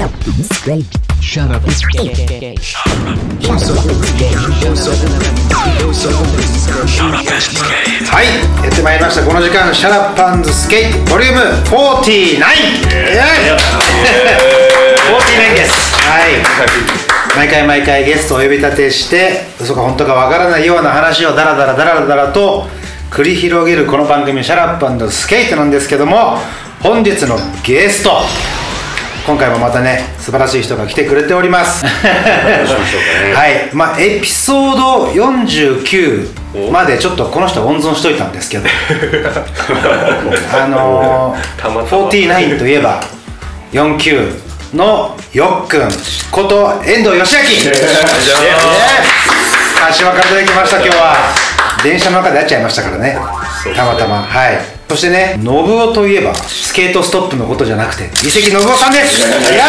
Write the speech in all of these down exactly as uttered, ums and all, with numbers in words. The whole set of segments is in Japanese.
はい、やってまいりました。この時間、シャラッパンズスケートボリュームよんじゅうきゅう。よんじゅうきゅうです。はい。毎回毎回ゲストを呼び立てして嘘か本当かわからないような話をダラダラダラダラと繰り広げるこの番組シャラッパンズスケートなんですけども、本日のゲスト、今回もまたね素晴らしい人が来てくれておりますはい、まあエピソードよんじゅうきゅうまでちょっとこの人温存しといたんですけどあのー、よんじゅうきゅうといえばよんじゅうきゅうのよっくんこと遠藤義明、柏から出てきました。今日は電車の中で会っちゃいましたからね、たまたま。はい。そしてね、信夫といえばスケートストップのことじゃなくて移籍信夫さんです。いや、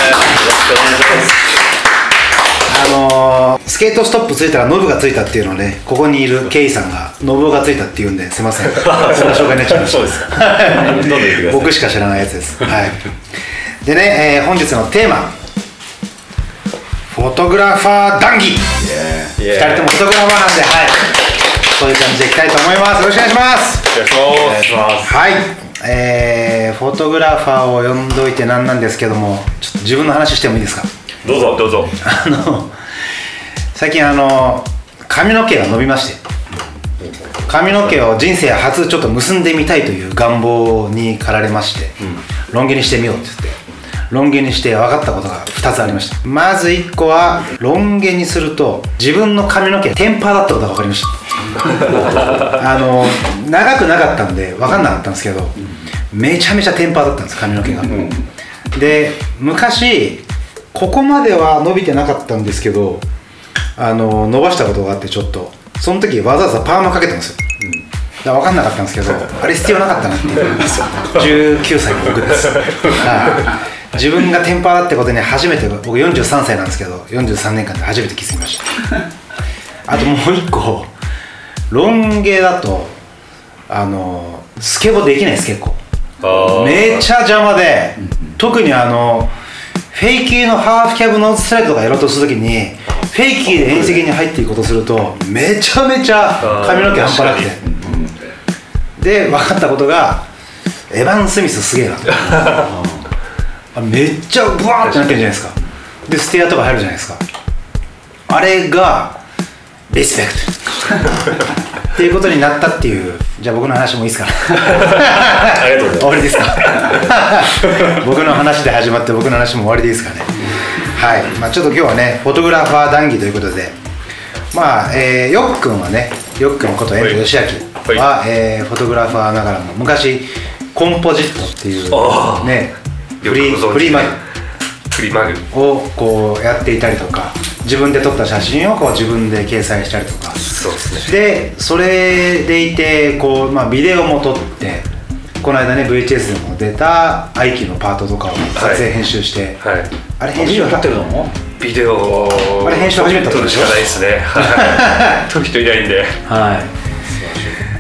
あのー、スケートストップついたらノブがついたっていうのをね、ここにいるケイさんが信夫がついたって言うんで、すいません、そんな紹介になっちゃいました僕しか知らないやつです。はい。でね、えー、本日のテーマ、フォトグラファー談義。ふたりともフォトグラファーなんで、はい、そういう感じでいきたいと思います。よろしくお願いします。 お願いします。 はい、えー、フォトグラファーを呼んどいてなんなんですけども、ちょっと自分の話してもいいですか。 どうぞどうぞ。 あの最近あの髪の毛が伸びまして、髪の毛を人生初ちょっと結んでみたいという願望に駆られまして、うん、ロン毛にしてみようって言ってロン毛にして分かったことがふたつありました。まずいっこは、ロン毛にすると自分の髪の毛テンパーだったことが分かりましたあの長くなかったんで分かんなかったんですけど、めちゃめちゃテンパーだったんです、髪の毛が、うん、で昔ここまでは伸びてなかったんですけど、あの伸ばしたことがあって、ちょっとその時わざわざパーマかけたんですよ、うん、だから分かんなかったんですけど、あれ必要なかったなっていうじゅうきゅうさいの僕です自分がテンパーだってことに初めて、僕よんじゅうさんさいなんですけど、よんじゅうさんねんかんで初めて気づきましたあともう一個、ロン毛だとあのスケボーできないです。結構めっちゃ邪魔で、特にあのフェイキーのハーフキャブノーズスライドとかやろうとするときに、フェイキーで遠赤に入っていくことするとめちゃめちゃ髪の毛半端なくて、で分かったことが、エヴァン・スミスすげえなとめっちゃブワーってなってるじゃないですか。でステアとか入るじゃないですか。あれがリスペクトっていうことになったっていう。じゃあ僕の話もいいですかありがとうございます。 終わりですか僕の話で始まって僕の話も終わりでいいですかね。はい、まあ、ちょっと今日はねフォトグラファー談義ということで、まあ、えー、よっくんはね、よっくんこと遠藤義明は、えー、フォトグラファーながらも昔コンポジットっていうね、フリー、フリーマグフリーマグをこうやっていたりとか、自分で撮った写真をこう自分で掲載したりとか、 そうですね。 でそれでいてこう、まあ、ビデオも撮って、この間ね ブイエイチエス でも出たアイキのパートとかを撮影編集して、はいはい、あれ編集は撮ってるの？ ビデオあれ編集初めて撮るでしょ？ 撮るしかないですね撮る人いないんで、 はい、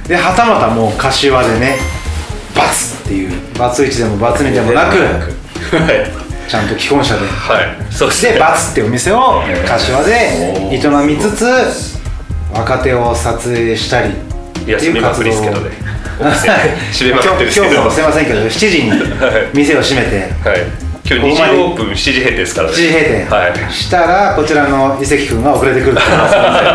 ではたまたもう柏でね、バツっていうバツいちでもバツにでもなく、はい、ちゃんと既婚者で、はい、そうですね、でバツっていうお店を柏で営みつつ若手を撮影したりっていう活動を、今日もすいませんけどしちじに店を閉めて、はい、 今日にじオープンしちじ閉店ですからね。 しちじ閉店、はい、したらこちらの伊関君が遅れてくるって言います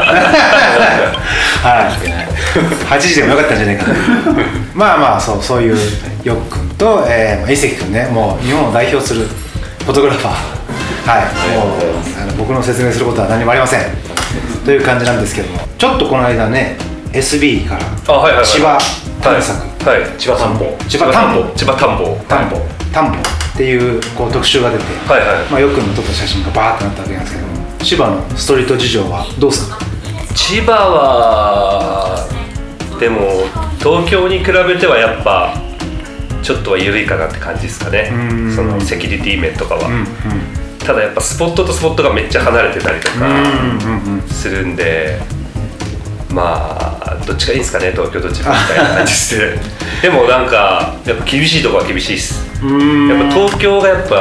はいはちじでもよかったんじゃないかなまあまあそう、そういうよっくんと、えー、伊関君ね、もう日本を代表するフォトグラファー、はい、もうあの僕の説明することは何もありませんという感じなんですけども、ちょっとこの間ね エスビー から千葉探索、 はいはい、千葉探訪千葉探訪千葉探訪探訪探訪っていう、こう特集が出て、はいはい、まあ、よっくんの撮った写真がバーってなったわけなんですけども、千葉のストリート事情はどうですか？ 千葉はでも東京に比べてはやっぱちょっとは緩いかなって感じですかね。そのセキュリティ面とかは、うんうん、ただやっぱスポットとスポットがめっちゃ離れてたりとかするんで、まあどっちがいいんですかね、東京と千葉みたいな感じででもなんかやっぱ厳しいとこは厳しいっす。やっぱ東京がやっぱ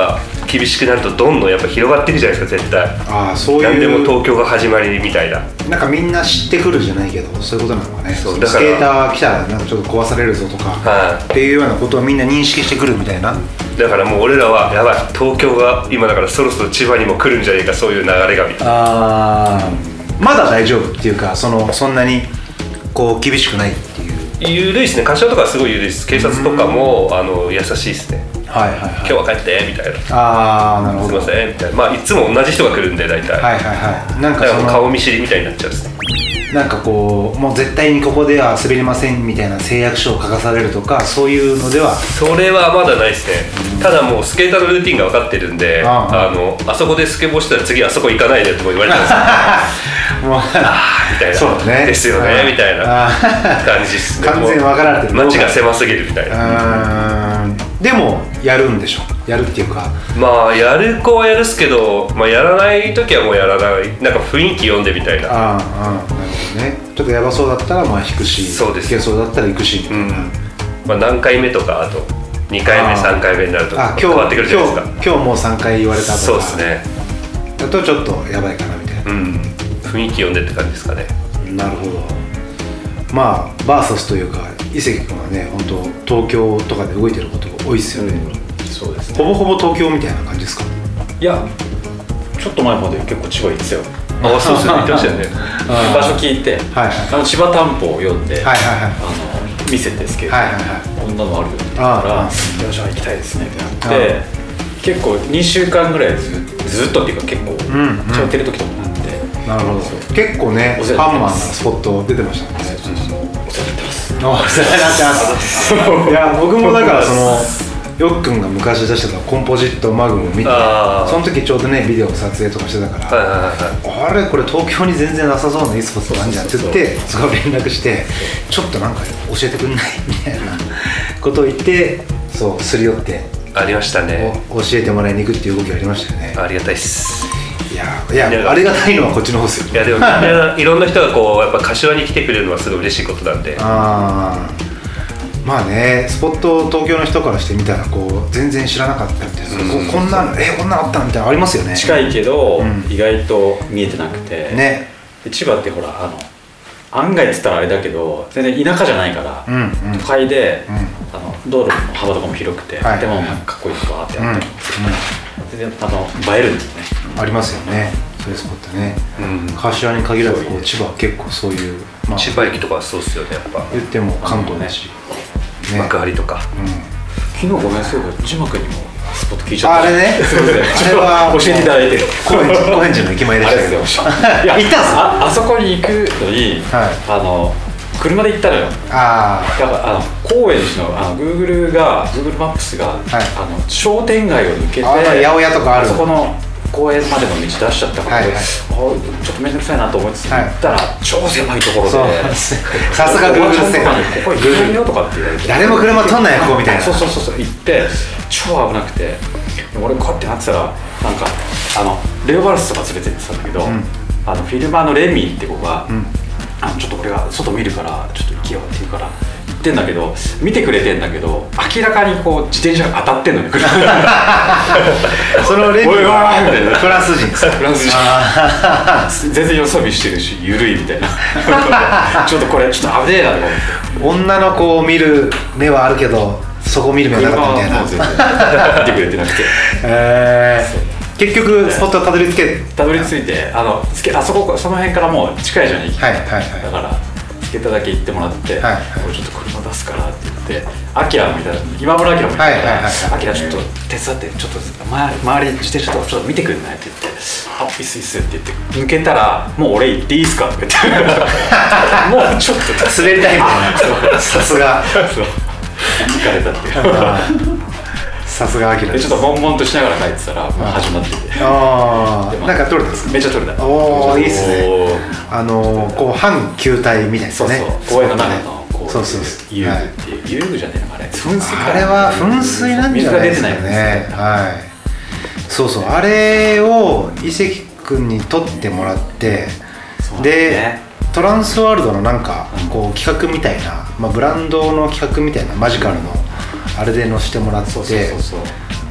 厳しくなるとどんどんやっぱ広がっていくじゃないですか絶対。 ああそういう何でも東京が始まりみたいな。 なんかみんな知ってくるじゃないけどそういうことなのかね。 そうだからスケーター来たらなんかちょっと壊されるぞとか、はい、っていうようなことをみんな認識してくるみたいな。 だからもう俺らはやばい東京が今だからそろそろ千葉にも来るんじゃねえかそういう流れがみたいな。 ああまだ大丈夫っていうかそのそんなにこう厳しくないっていう。 緩いですね。柏とかすごい緩いです。警察とかもあの優しいですね。 はいはいはい、 今日は帰ってみたいな。 ああなるほど。 すいませんみたいな。まあいつも同じ人が来るんで大体。 はいはいはい。なんかその顔見知りみたいになっちゃうんですね。 なんかこうもう絶対にここでは滑りませんみたいな誓約書を書かされるとかそういうのでは。 それはまだないですね。ただもうスケーターのルーティンが分かってるんで、あああのあそこでスケボーしたら次あそこ行かないでっても言われてますもうああみたいな。 そうね。 ですよねみたいな感じですね。 完全に分かられてる。 街が狭すぎるみたいな。 でもやるんでしょ。やるっていうかまあやる子はやるっすけど、まあ、やらない時はもうやらないなんか雰囲気読んでみたいな。 ああなるほどね。ちょっとやばそうだったらまあ引くしそうです。 いけそうだったら行くしみたいな、うんまあ、何回目とかあとにかいめさんかいめになると変わってくるじゃないですか。 今日、今日もうさんかい言われたとかそうですねだとちょっとやばいかなみたいな、 うん、雰囲気読んでって感じですかね。 なるほど。まあバーサスというか伊関君はね本当東京とかで動いてることが多いですよね、 うん、そうですね。 ほぼほぼ東京みたいな感じですか。 いやちょっと前まで結構千葉行ってたよ。 あそうですね言ってましたよね場所聞いて、はいはい、あの千葉担保を読んで、はいはいはい、あの見せてですけど、はいはいはい、こんなのあるよって言ったら「よしゃ行きたいですね」ってなって結構にしゅうかんぐらいずずっとっていうか結構ちょっと出る時とかもあって、 うんうん、なるほど。結構ねハンマーなスポット出てましたね。そうそうそうお世話になってます。 お世話になってますいや僕もだからそのよっくんが昔出してたコンポジットマグを見てその時ちょうどねビデオ撮影とかしてたから、はいはいはい、あれこれ東京に全然なさそうな e スポーツなんじゃんって言ってすごい連絡してちょっとなんか教えてくんないみたいなことを言ってそうすり寄ってありましたね。 教えてもらいに行くっていう動きがありましたよね。 ありがたいっす。 いやいやありがたいのはこっちの方ですよ。 いやでもいろんな人がこうやっぱ柏に来てくれるのはすごい嬉しいことなんで。あまあねスポット東京の人からしてみたらこう全然知らなかったっていう、うん、こ, こんなえこんなあったみたいなのありますよね。 近いけど、うん、意外と見えてなくて、ね、で千葉ってほらあの案外っつったらあれだけど全然田舎じゃないから、うんうん、都会で、うん、あの道路の幅とかも広くて、はい、でもかっこいいとこあってあって、うん、全然あの映えるんですよね。 ありますよねそういうスポットね、うん、柏に限らずこう千葉は結構そういう、 まあ、千葉駅とかはそうっすよねやっぱ言っても関東だし、 ね、幕張とか、うん、 昨日ごめんそういえばジマ君にもスポット聞いちゃった。 あれねあれは教えていただいてる高円寺の駅前でしたけどいや行ったんすか。あそこに行くのに、はい、あの車で行ったのよ。あだからあの高円寺のあの Google が Google マップスが、はい、あの商店街を抜けて八百屋とかあるそこの公園までの道出しちゃったから、はいはい、ちょっと面倒くさいなと思いつつ、はい、行ったら超狭いところでさすが Google 世界ここ行けないよとかって言われて誰も車取んないよここみたいな。 そうそうそうそう行って超危なくて俺こうやってなってたらなんかあのレオバルスとか連れてってたんだけど、うん、あのフィルマーのレミーって子が、うん、あのちょっと俺が外見るからちょっと行けよって言うから言ってんだけど見てくれてんだけど明らかにこう自転車が当たってんのよそのレミーはフランス人ですか。 フランス人全然よそ見してるし緩いみたいなちょっとこれちょっと危ねえなと思って女の子を見る目はあるけどそこ見る目はなかったみたいな全然見てくれてなくてえー、結局スポットはたどり着けたどり着いてあのあそこその辺からもう近いじゃん駅、はいはいはい、だからつけただけ行ってもらって、はいはい、これちょっと車出すからって言ってアキラみたいな今村アキラもいたからアキラちょっと手伝ってちょっと周り自転車とかちょっと見てくれないって言ってあいいっすいいっすって言って抜けたらもう俺行っていいっすかって言ってもうちょっと滑りたいみたいなさすが聞かれたっていうさすがアキラでちょっと悶々としながら帰ってたらもう始まっててああなんか撮れたんですか。 めっちゃ撮れた。 おおいいっすね。あのこう半球体みたいですね。 そうそう公園の中のこうそうそう遊具っていう遊具じゃねえのあれ噴水あれは噴水なんじゃないですかね。はいそうそうあれを伊関君に撮ってもらってでトランスワールドのなんかこう企画みたいな、まあ、ブランドの企画みたいなマジカルのあれで載せてもらって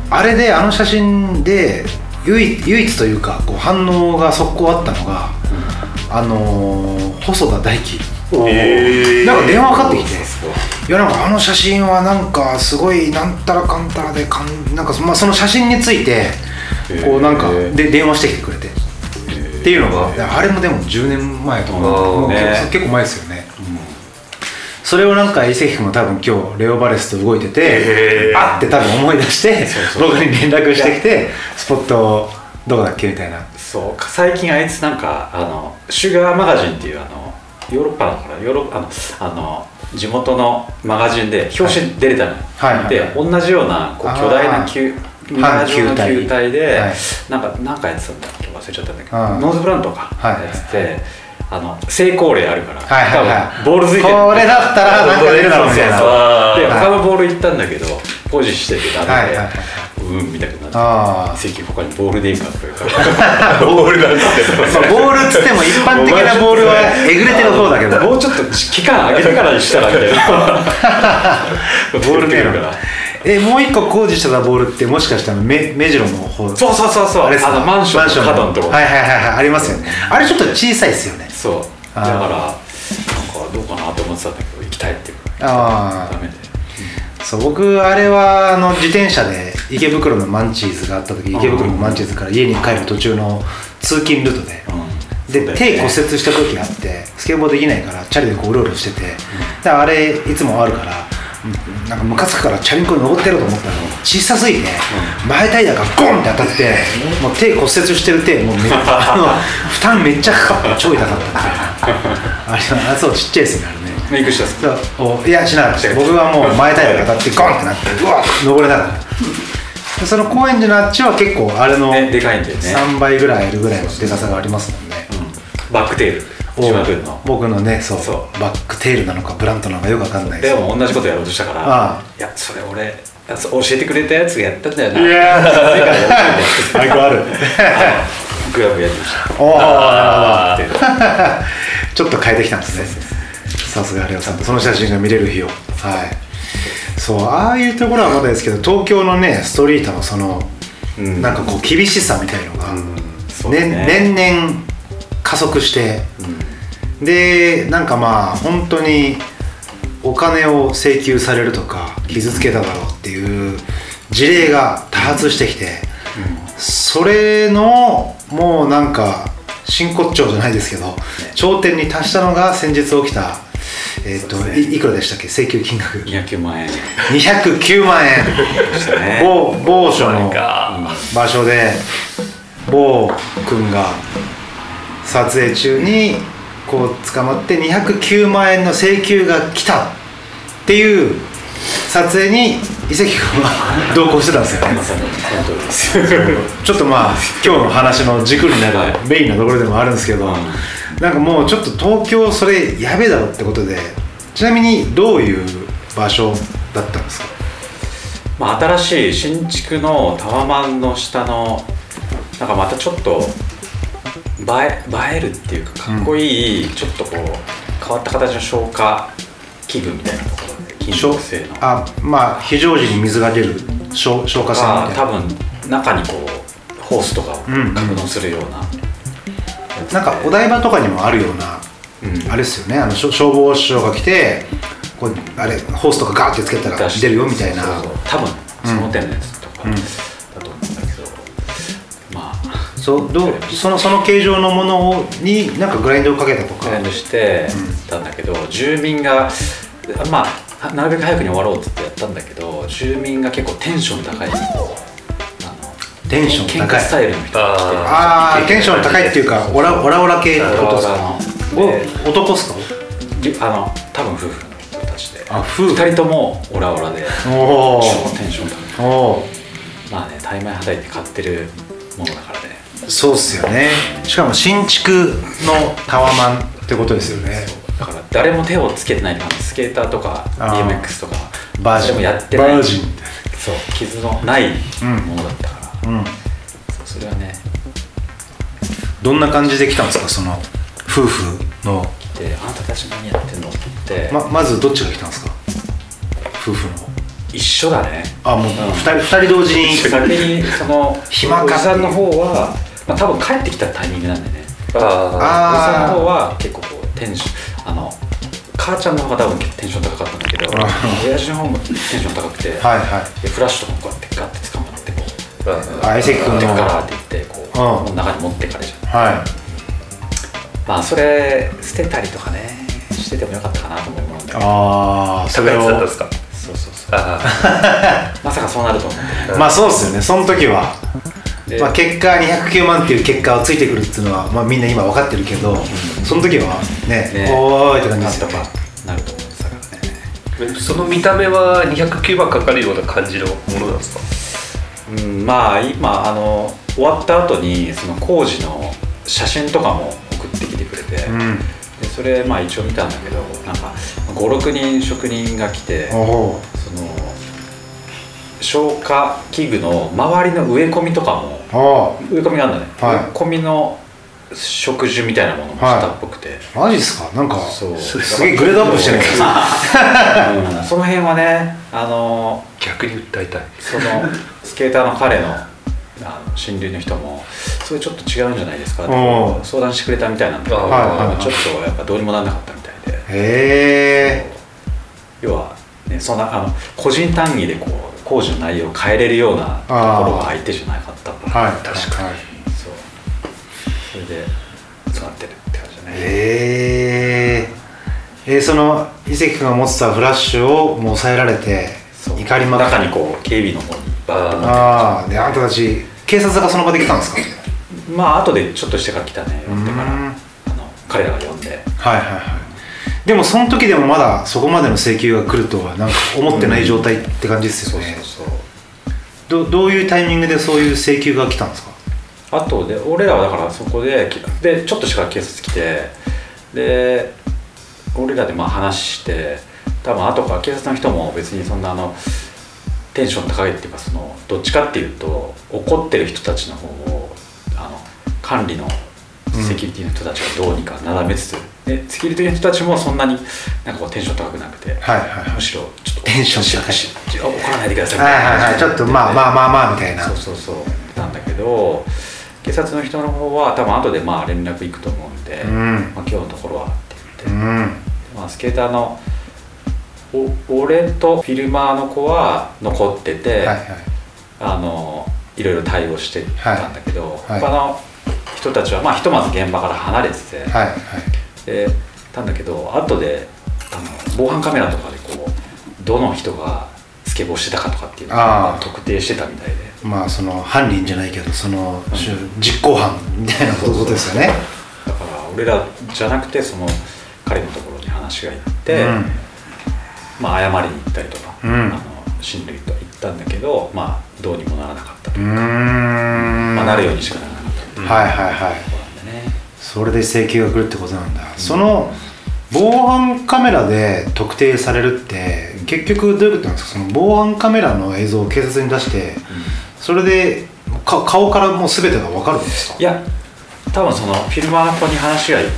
あれであの写真で唯一、唯一というかこう反応が速攻あったのが、うん、あのー、細田大樹、えー、なんか電話かかってきて、いやなんかあの写真はなんかすごいなんたらかんたらでかんなんか、まあ、その写真についてこうなんかで電話してきてくれて、えー、っていうのがあれもでもじゅうねんまえとかもう結構前ですよね、うん、それをなんか伊勢君も多分今日レオバレスと動いてて、えー、あって多分思い出して僕に連絡してきてスポットどこだっけみたいな。 そう最近あいつなんかあのシュガーマガジンっていうあのヨーロッパだからヨーロッパあのあの地元のマガジンで表紙に出れたの、はいはいはい、で同じようなこう巨大な球マガジンの球体で、はい、なんか何かやってたんだっけ忘れちゃったんだけどノーズブランドかやってて、はいはいはい、あの成功例あるから、はいはいはい、多分ボール付いてるこれだったらなんか出るだろうみたいなで他のボール行ったんだけどポジしててダメで、はいはいはい、うんみたいになって正規他にボールでいいかとか言うからボールなんつってボールっつっても一般的なボールはえぐれてる方だけどもうちょっと期間上げてからにしたらみたいなボールねえのかな。えもう一個工事してたボールってもしかしたらメメジロの方そうそうそうそう あ, あのマンションの角のところはいはいはいはいありますよね。あれちょっと小さいですよね。 そうだからなんかどうかなって思ってたんだけど行きたいっていうああダメで、 うん、そう僕あれはあの自転車で池袋のマンチーズがあった時池袋のマンチーズから家に帰る途中の通勤ルートで、うん、で、ね、手骨折した時があってスケボーできないからチャリでこううろうろしてて、うん、であれいつもあるからなんかムカつくからチャリンコに登ってやろうと思ったら小さすぎて、うん、前タイヤがゴンって当たってもう手骨折してる手もうめあの負担めっちゃかかって超痛かったってあれはそうちっちゃいですよねあれねメイクしたっすか。 いやしなかった僕はもう前タイヤが当たってゴンってなってうわっ登れなかったその高円寺のあっちは結構あれのでかいんだよねさんばいぐらいあるぐらいのでかさがありますもんね、 うん、バックテール島君の僕のねそうそうバックテールなのかブラントなのかよくわかんないですでも同じことやろうとしたからああいやそれ俺教えてくれたやつがやったんだよな。 いやーあいこあるグラブやりましたおおなるほどちょっと変えてきたんですねさすがレオさんその写真が見れる日をはいそうああいうところはまだですけど東京のねストリートのその、うん、なんかこう厳しさみたいのが、うんね、年々加速して、うん、でなんかまあ本当にお金を請求されるとか傷つけただろうっていう事例が多発してきて、うん、それのもうなんか真骨頂じゃないですけど、ね、頂点に達したのが先日起きたえーとね、い, いくらでしたっけ請求金額にひゃくきゅうまんえんにひゃくきゅうまんえんね、某, 某所の場所で某君が撮影中にこう捕まってにひゃくきゅうまんえんの請求が来たっていう撮影に伊関君は同行してたんですよねまさにその通りですちょっとまあ今日の話の軸になるメインなところでもあるんですけど、はい、なんかもうちょっと東京それやべえだろってことでちなみにどういう場所だったんですか？ まあ、新しい新築のタワマンの下のなんかまたちょっと映え、映えるっていうかかっこいい、うん、ちょっとこう変わった形の消火器具みたいなところで金属製のあまあ非常時に水が出る消火栓みたいな多分中にこうホースとかを格納するような、うんうん、 なんかお台場とかにもあるような、うん、あれですよねあの消防署が来てこうあれホースとかガーってつけたら出るよみたいなそうそう多分その手のやつとかだと思うんだけど、うん、まあそうどうそのその形状のものになんかグラインドをかけたとかグラインドしてたんだけど、うん、住民がまあなるべく早くに終わろうって言ってやったんだけど住民が結構テンション高いテンション高い喧嘩スタイルの人が来てああテンション高いっていうかオラオラオラ系ってことですか男っすかあの多分夫婦の人たちであ夫婦ふたりともオラオラでお超テンション高いおまあね大枚はたいて買ってるものだからねそうっすよねしかも新築のタワマンってことですよねだから誰も手をつけてないのスケーターとか ビーエムエックス とかバージンもやってないバージンそう傷のないものだったから、うんうん、それはねどんな感じで来たんですかその夫婦の来てあんたたち何やってんのってま, まずどっちが来たんですか夫婦の一緒だね。 あ、もうふたり、うん、ふたり同時に先にその暇かおじさんの方は、まあ、多分帰ってきたタイミングなんでね。 ああおじさんの方は結構こうテンション、あの母ちゃんの方が多分テンション高かったんだけど、親父の方もテンション高くて、はいはい、でフラッシュとかこうやってガッて掴まってこう、 あ、伊勢君のからって言ってこう、うん、中に持ってかれちゃう。 はい。 まあそれ捨てたりとかねしててもよかったかなと思うもので。 ああ、それをだったんですか。 そうそうそう。まさかそうなると思って。 まあそうですよね。その時は。まあ、結果にひゃくきゅうまんっていう結果をついてくるっていうのは、まあ、みんな今分かってるけど、うん、その時はね、ねおーいって感じですよね。 なると思うんですからね。 その見た目はにひゃくきゅうまんかかるような感じのものなんですか？ うん、まあ今あの終わった後にその工事の写真とかも送ってきてくれて、うん、でそれまあ一応見たんだけど、なんかごろくにん職人が来て、その消火器具の周りの植え込みとかも植え込みがあるんだね、はい、植え込みの植樹みたいなものもしたっぽくて、 はい、マジですか？なんかそうすげえグレードアップしてるけど、 うん、その辺はね、あの逆に訴えたい。 そのスケーターの彼のあの親類の人もそれちょっと違うんじゃないですかって相談してくれたみたいなんだけど、はい、ちょっとやっぱどうにもならなかったみたいで、 へー、 要はね、そんなあの個人単位でこう工事の内容を変えれるようなところが相手じゃなかったもん、 はい、確かに。 そう、それで使ってるって感じだね。 へー、えー、その伊関君が持ってたフラッシュをもう抑えられて怒りまくって中にこう警備の方にバーッと持って、 ああ、であんたたち警察がその場で来たんですか？ まあ後でちょっとしてから来たね、呼んでからあの彼らが呼んで、 はいはいはい。でもその時でもまだそこまでの請求が来るとはなんか思ってない状態って感じですよね。 そうそうそう。ど, どういうタイミングでそういう請求が来たんですか？ あとで俺らはだからそこででちょっとしてから警察来て、で俺らでまあ話して、多分後から警察の人も別にそんなあのテンション高いっていうか、そのどっちかっていうと怒ってる人たちの方をあの管理のセキュリティの人たちがどうにかなだめつつ、うん、でセキュリティの人たちもそんなになんかこうテンション高くなくて、 はいはいはい、 むしろちょっとテンション高い、 怒らないでくださいみたいな、 はいはいはい、ちょっとまあまあまあまあみたいな、 そうそうそうなんだけど、警察の人の方は多分後でまあ連絡行くと思うんで、うん、まあ、今日のところはって言って、うん、まあ、スケーターのお俺とフィルマーの子は残ってて、はいはい、あのいろいろ対応してたんだけど、はいはい、他の人たちはまあひとまず現場から離れてて、はいはい、でたんだけど後であの防犯カメラとかでこうどの人がスケボーしてたかとかっていうのを特定してたみたいで、 まあその犯人じゃないけどその、うん、実行犯みたいなことですよね。 だから俺らじゃなくてその彼のところに話が行って、うん、まあ謝りに行ったりとか、うん、あの親類とは言ったんだけど、まあどうにもならなかったというか、うーん、まあ、なるようにしかならなかった。 はいはいはい、それで請求が来るってことなんだ、うん、その防犯カメラで特定されるって結局どういうことなんですか？その防犯カメラの映像を警察に出して、うん、それでか顔からもう全てが分かるんですか？ いや多分そのフィルマーの子に話がいって、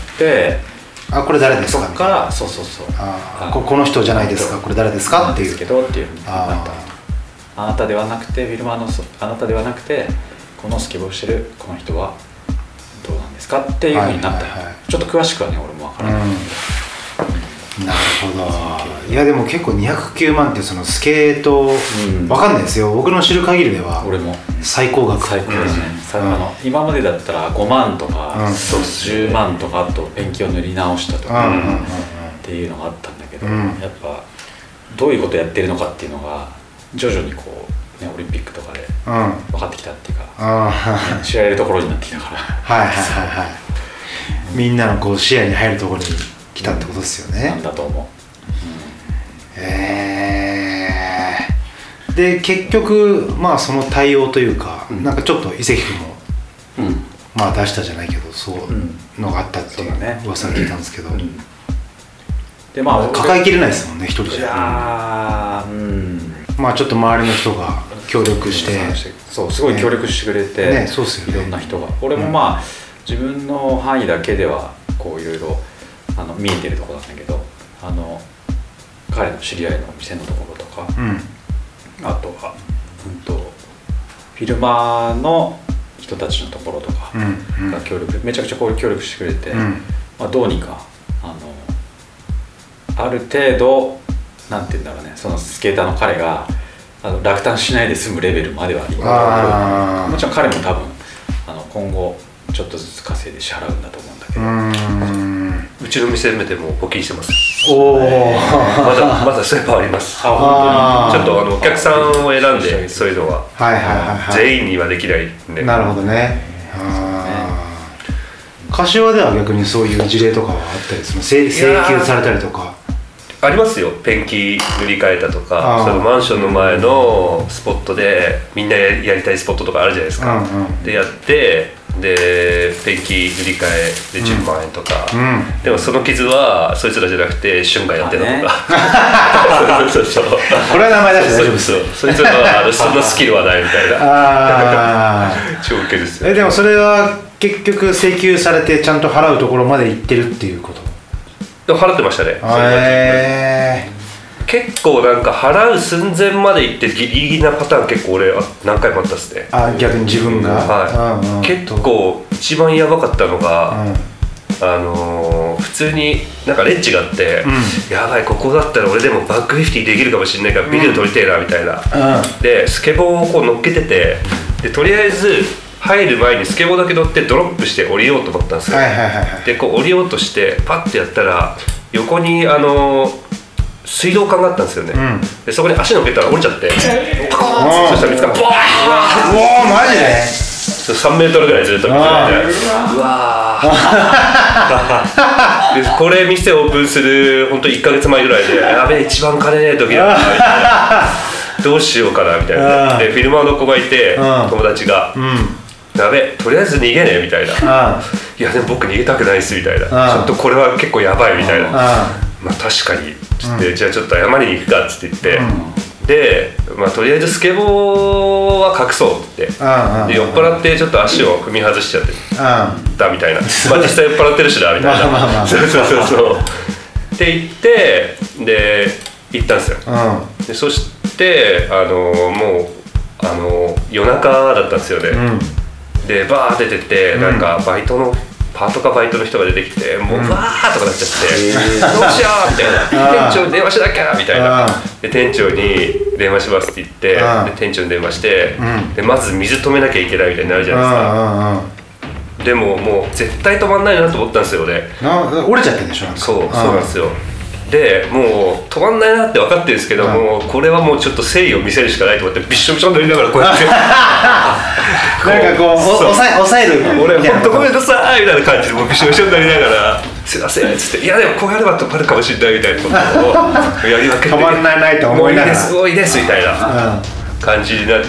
あ、これ誰ですか？ そっからそうそうそう、 ああ、こ, この人じゃないですか、これ誰ですかっていう、 けどっていうふうになった。あなたではなくてフィルマーのあなたではなくてこのスケボーしてるこの人はどうなんですかっていうふうになった、はいはいはい、ちょっと詳しくはね俺も分からない、 うん、なるほど。いやでも結構にひゃくきゅうまんってそのスケート、うん、分かんないですよ、僕の知る限りでは。 俺も最高額、 最高ですね、うん、あの今までだったらごまんとか、うん、じゅうまんとかあとペンキを塗り直したとか、うん、っていうのがあったんだけど、うん、やっぱどういうことやってるのかっていうのが徐々にこう、ね、オリンピックとかで分かってきたっていうか、うん、知られるところになってきたからはいはいはいはい、みんなのこう視野に入るところに来たってことですよね、 なんだと思う、 うん、えー、で結局まあその対応というか、うん、なんかちょっと伊関君も、うん、まあ出したじゃないけどそうのがあったっていう噂を聞いたんですけど、うん、でまあ抱えきれないですもんね一人じゃ。いや、うん、 まあちょっと周りの人が協力して、 そうすごい協力してくれて、ねね、そうっすよね、いろんな人が。俺もまあ、うん、自分の範囲だけではこういろいろあの見えてるところなんだけど、あの彼の知り合いの店のところとか、うん、 あとは、うんと、フィルマーの人たちのところとかが協力、うんうん、めちゃくちゃこう協力してくれて、うん、まあ、どうにかあのある程度なんて言うんだろうね、そのスケーターの彼があの落胆しないで済むレベルまでは、もちろん彼も多分あの今後ちょっとずつ稼いで支払うんだと思うんだけど、うーん、うちの店でも募金してます。 おお、 まだまだスーパーあります。あ、本当に。ちょっとあのお客さんを選んでそういうのは、はいはいはいはい、全員にはできないんで。 なるほどね。あ、柏では逆にそういう事例とかはあったりするの？請求されたりとか。 ありますよ。ペンキ塗り替えたとか、そのマンションの前のスポットでみんなやりたいスポットとかあるじゃないですか、うんうん、でやってでペンキ塗り替えでじゅうまんえんとか、うん、でもその傷はそいつらじゃなくてシュンがやってたとか、ね、そうそうそう、 これは名前出して大丈夫ですよ。そいつらはそんなスキルはないみたいな。あ超ウケですよ。 え、でもそれは結局請求されてちゃんと払うところまで行ってるっていうこと？ でも払ってましたね。へー、結構なんか払う寸前まで行ってギリギリなパターン結構俺何回もあったっすね。 あ、逆に自分が、 はい、うんうん、結構一番やばかったのが、うん、あのー、普通になんかレンチがあって、うん、やばいここだったら俺でもバックフィフティできるかもしれないからビデオ撮りてえなみたいな、うん、でスケボーをこう乗っけてて、でとりあえず入る前にスケボーだけ乗ってドロップして降りようと思ったんですよ、はいはいはいはい、でこう降りようとしてパッてやったら横にあの水道管があったんですよね、うん、でそこに足乗っけたら降りちゃってパコーン、そしたら水がボワー、うわーマジでさんメートルぐらいずっと見てて、うわーでこれ店オープンする本当いっかげつまえぐらいでやべえ一番金ねえ時だなみたいなどうしようかなみたいな。でフィルマーの子がいて友達が、うん、やべとりあえず逃げねえみたいな、いやでも僕逃げたくないっすみたいな、ちょっとこれは結構やばいみたいな、まあ確かにつって、うん、じゃあちょっと謝りに行くかっつって言って、うん、で、まあ、とりあえずスケボーは隠そうって言って、で酔っ払ってちょっと足を踏み外しちゃってたみたいな、まあ実際酔っ払ってるしなみたいな、まあまあまあそうそうそうそうって言ってで行ったんですよ、うん、でそしてあのもうあの夜中だったんですよね、うん、でバーって出てって、うん、なんかバイトのパートかバイトの人が出てきて、もうバーとかなっちゃって、うん、どうしようみたいな、店長に電話しなきゃみたいな、で店長に電話しますって言って、で店長に電話して、うん、でまず水止めなきゃいけないみたいになるじゃないですか。でももう絶対止まんないなと思ったんですよ俺。 な折れちゃってるでしょ。 そうそうなんですよ。でもう止まんないなって分かってるんですけど、もうこれはもうちょっと誠意を見せるしかないと思ってびっしょびしょになりながらこうやってなんかこう抑え抑える俺ほんとごめんなさいみたいな感じでもうびしょびしょになりながらすいませんっつって、いやでもこうやれば止まるかもしれないみたいなことをやり分けて止まんないないと思いながらもういいですもういいですみたいな感じになって、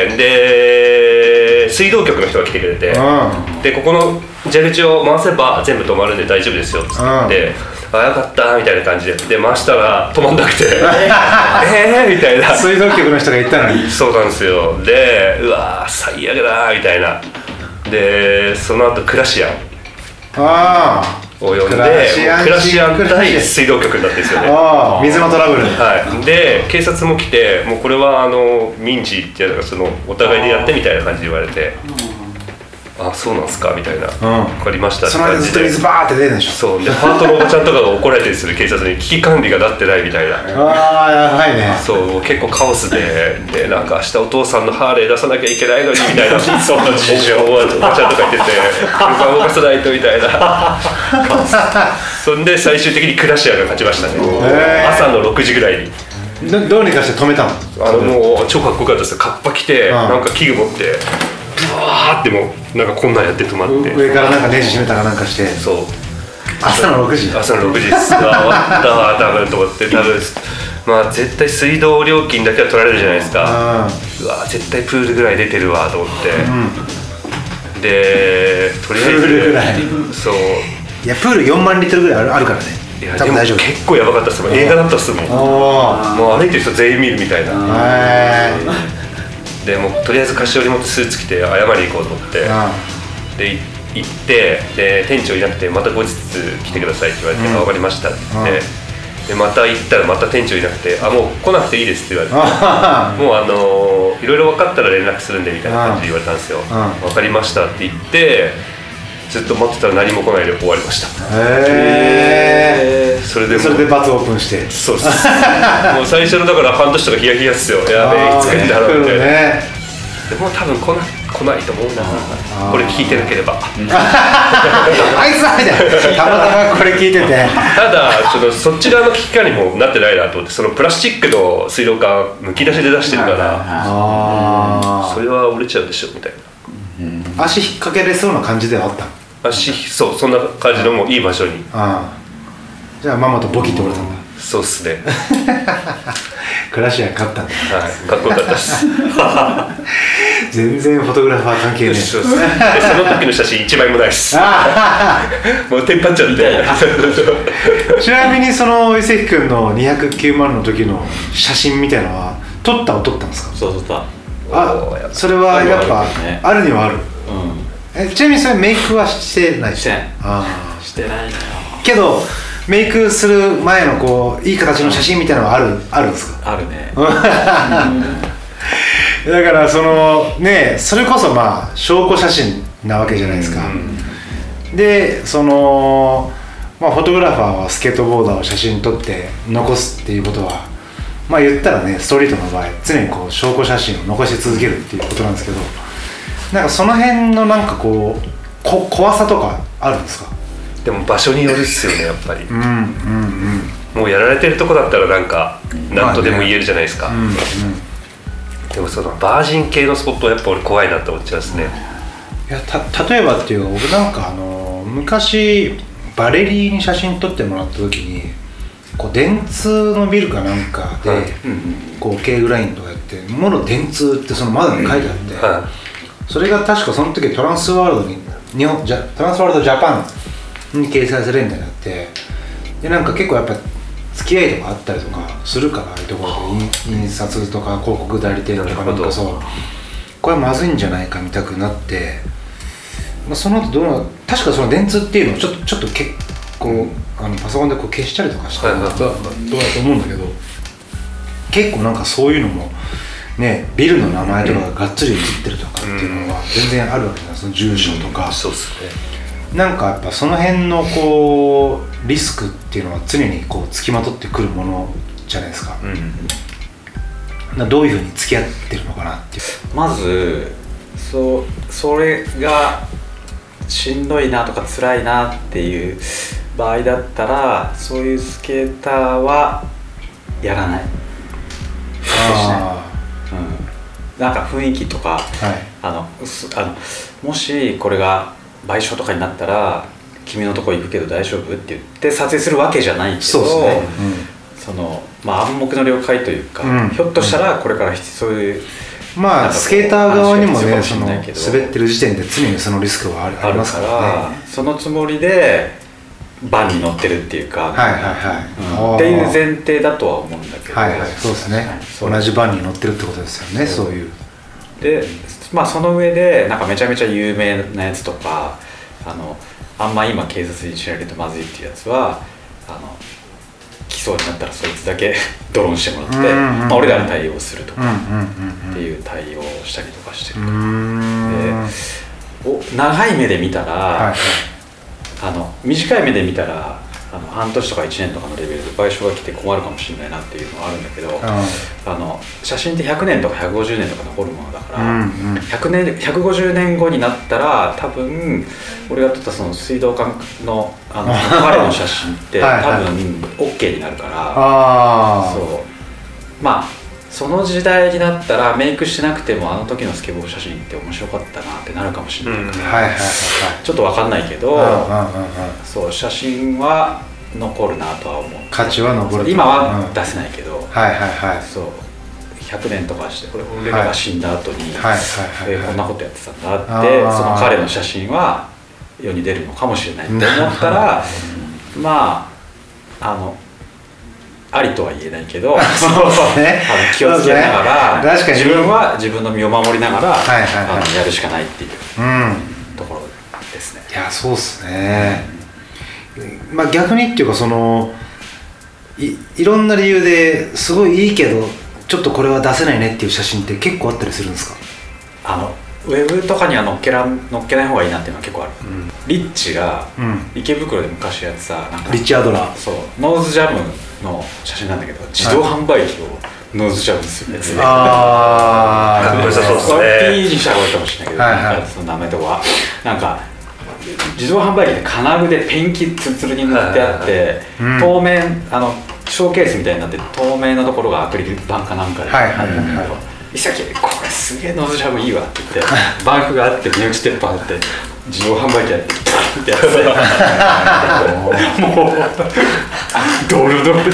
で水道局の人が来てくれて、うん、でここの蛇口を回せば全部止まるんで大丈夫ですよっつって言って、うん、あよかったみたいな感じでで回したら止まんなくてえーみたいな、 水道局の人が言ったのにそうなんですよ。でうわー最悪だみたいな、でその後クラシアンあを呼んでクラシアン対水道局になってるんですよね。 あ水のトラブル、 はい、で警察も来てもうこれはあの民事っていうのがそのお互いでやってみたいな感じで言われて、あそうなんすかみたいな、うん、分かりましたって感じで、 その間ずっと水バーって出るんでしょ。 そうでパートのおばちゃんとかが怒られたりする警察に危機管理がなってないみたいなあーやばいね。 そう結構カオスで、でなんか明日お父さんのハーレー出さなきゃいけないのにみたいなその事情をおばちゃんとか言ってて車動かさないとみたいなそんで最終的にクラシアが勝ちましたね。朝のろくじぐらいにど, どうにかして止めたの。 あのもう超かっこよかったですよ。カッパ着て、うん、なんか器具持ってブワーってもうなんかこんなんやって止まって、 上からなんかネジ締めたかなんかして、 そう朝のろくじ朝のろくじです終わったわ多分と思って多分まあ絶対水道料金だけは取られるじゃないですか。うわ絶対プールぐらい出てるわと思って、うん、でとりあえずプールぐらいそういやプールよんまんリットルぐらいあるからね。 いやでも結構やばかったっすもん。映画だったっすもん。もう歩いてる人全員見るみたいな。でもとりあえず菓子折り持ってスーツ着て謝りに行こうと思って、で行ってで店長いなくてまた後日来てくださいって言われて、うん、分かりましたって言って、 でまた行ったらまた店長いなくて、あもう来なくていいですって言われてもうあのいろいろ分かったら連絡するんでみたいな感じで言われたんですよ。分かりましたって言ってずっと待ってたら何も来ないで終わりました。 へえ。それでそれでバツオープンして。 そうですもう最初のだから半年とかヒヤヒヤっすよ。やべえいつ来るんだろうみたいな、ね、でも多分来な来ないと思うなこれ聞いてなければあいつだみたいなたまたまこれ聞いててただちょっとそっち側の危機感にもなってないなと思って、そのプラスチックの水道管むき出しで出してるから、あそれは折れちゃうでしょみたいな、 うん、足引っ掛けれそうな感じではあったの？ 足そうそんな感じのもういい場所に。 あじゃあママとボキって折れたんだ。 そうっすねクラシアン勝ったんだ。 はい、かっこよかったです全然フォトグラファー関係ねえ。 そうその時の写真一枚もないですもうテンパっちゃってちなみにその伊勢君のにひゃくきゅうまるの時の写真みたいなのは撮ったを撮ったんですか？ そう撮った。 あそれはやっぱあるにはある、うん、えちなみにそれメイクはしてない？ してない。 あしてないのよ。 けどメイクする前のこういい形の写真みたいなのはある、あるんですか？ あるねだからそのねそれこそまあ証拠写真なわけじゃないですか、うん、でそのまあフォトグラファーはスケートボーダーを写真撮って残すっていうことはまあ言ったらねストリートの場合常にこう証拠写真を残し続けるっていうことなんですけど、なんかその辺のなんかこうこ怖さとかあるんですか？ でも場所によるっすよねやっぱり、 うんうんうん、 もうやられてるとこだったらなんか何とでも言えるじゃないですか、まあねうんうん、でもそのバージン系のスポットはやっぱ俺怖いなって思っちゃいますね。 いやた例えばっていうか僕なんかあの昔バレリーに写真撮ってもらった時にこう電通のビルかなんかで、はい、こう K グラインとかやってもろ電通ってその窓に書いてあって、はい、それが確かその時トランスワールドに日本ジャトランスワールドジャパンに掲載されるみたいになって、でなんか結構やっぱ付き合いとかあったりとかするからああいうところで印刷とか広告代理店とかなんかそうこれはまずいんじゃないか見たくなって、まあ、その後どうな確かその電通っていうのをちょっとちょっと結構あのパソコンでこう消したりとかしたらどうだと思うんだけど、結構なんかそういうのもねビルの名前とかががっつり写ってるとかっていうのは全然あるわけじゃない、その住所とか、 うん、そうっすね。 なんかやっぱその辺のこうリスクっていうのは常にこう付きまとってくるものじゃないですか、うん、どういうふうに付き合ってるのかなっていう。 まずそうそれがしんどいなとか辛いなっていう場合だったらそういうスケーターはやらない。ああ、うん、なんか雰囲気とか、はい、あのあのもしこれが賠償とかになったら君のとこ行くけど大丈夫って言って撮影するわけじゃないけど、そうですね、うん、そのまあ暗黙の了解というか、うん、ひょっとしたらこれからそういうまあスケーター側にもねその滑ってる時点で常にそのリスクはありますからね。 そのつもりでバンに乗ってるっていうか、 はいはいはい、 うん、っていう前提だとは思うんだけど、 はいはい、そうですね、同じバンに乗ってるってことですよね、そう、そういうでまあその上でなんかめちゃめちゃ有名なやつとかあのあんま今警察に知られるとまずいっていうやつはあの来そうになったらそいつだけドローンしてもらって、うんうんうんまあ、俺らに対応するとかっていう対応をしたりとかしてるから、でお長い目で見たら、はい、あの短い目で見たらあの半年とかいちねんとかのレベルで賠償が来て困るかもしれないなっていうのはあるんだけど、うん、あの写真ってひゃくねんとかひゃくごじゅうねんとか残るものだから、うんうん、ひゃくねんひゃくごじゅうねんごになったら多分俺が撮ったその水道管のあの彼の写真って多分 OK になるからあそうまあその時代になったらメイクしてなくてもあの時のスケボー写真って面白かったなってなるかもしれないから、うん、ちょっと分かんないけど、そう写真は残るなとは思う。 価値は残る。 今は出せないけど、 うん、はいはいはい。 そうひゃくねんとかしてこれ俺らが死んだ後に、はいはいはいはい、こんなことやってたんだってその彼の写真は世に出るのかもしれないって思ったらまああのありとは言えないけど、そうね、あの気をつけながら、ね、確かに自分は自分の身を守りながら、はいはいはい、あのやるしかないっていう、うん、ところですね。 いやそうっすね、うんまあ、逆にっていうかそのい, いろんな理由ですごいいいけどちょっとこれは出せないねっていう写真って結構あったりするんですか？ あのウェブとかには載っけら載っけない方がいいなっていうのは結構ある、うん、リッチが池袋で昔やってたなんかリッチアドラーそうノーズジャムの写真なんだけど自動販売機をノーズジャムするやつで、 ああそうですね P にした方がいいかもしれないけど、はいはい、その名前とかはなんか自動販売機で金具でペンキツルツルに塗ってあって、はいはい、透明あのショーケースみたいになって透明なところがアクリル板かなんかで、はいはいはいはい、伊崎これすげえノーズジャムいいわって言ってバンクがあって身内鉄板あって自動販売機やってパンってやってもうドルドル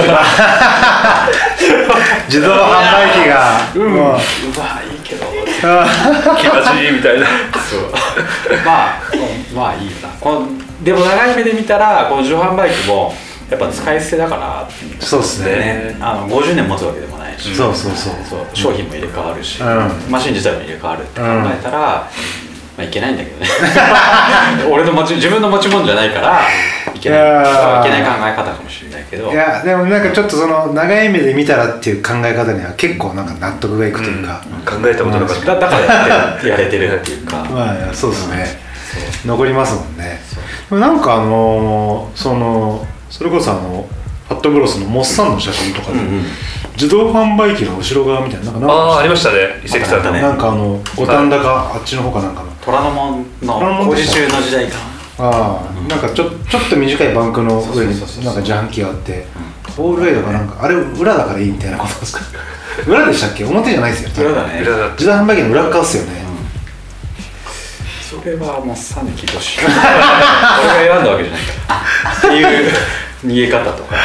自動販売機がうん、うまいけど気持ちいいみたいなそうまあまあいいなこのでも長い目で見たらこの自動販売機もやっぱ使い捨てだからそうですねあのごじゅうねん持つわけでもないし、 そうそうそうそう商品も入れ替わるし、 うん、 マシン自体も入れ替わるって考えたら、うん、まあいけないんだけどね俺の持ち自分の持ち物じゃないからいけないいけない考え方かもしれないけどいやでもなんかちょっとその長い目で見たらっていう考え方には結構なんか納得がいくというか、 うん、考えたことなかった、 だ, だからやってやれてるっていうかまあそうですね、うん、残りますもんね。でもなんかあのー、そのそれこそあのファットグロスのモッサンの写真とかで、うんうん、自動販売機の後ろ側みたいななんかなんかああありましたね遺跡さんねなんかあの五反田かあっちの方かなんかの虎ノ門の工事中の時代かああ、うん、なんかちょちょっと短いバンクの上になんか自販機があって、うん、オールウェイとかなんかあれ裏だからいいみたいなことですか裏でしたっけ？表じゃないですよ。 裏だね。 自動販売機の裏側っすよね。 うん、それはもうさんに聞いてほしい俺が選んだわけじゃないからっていう逃げ方とか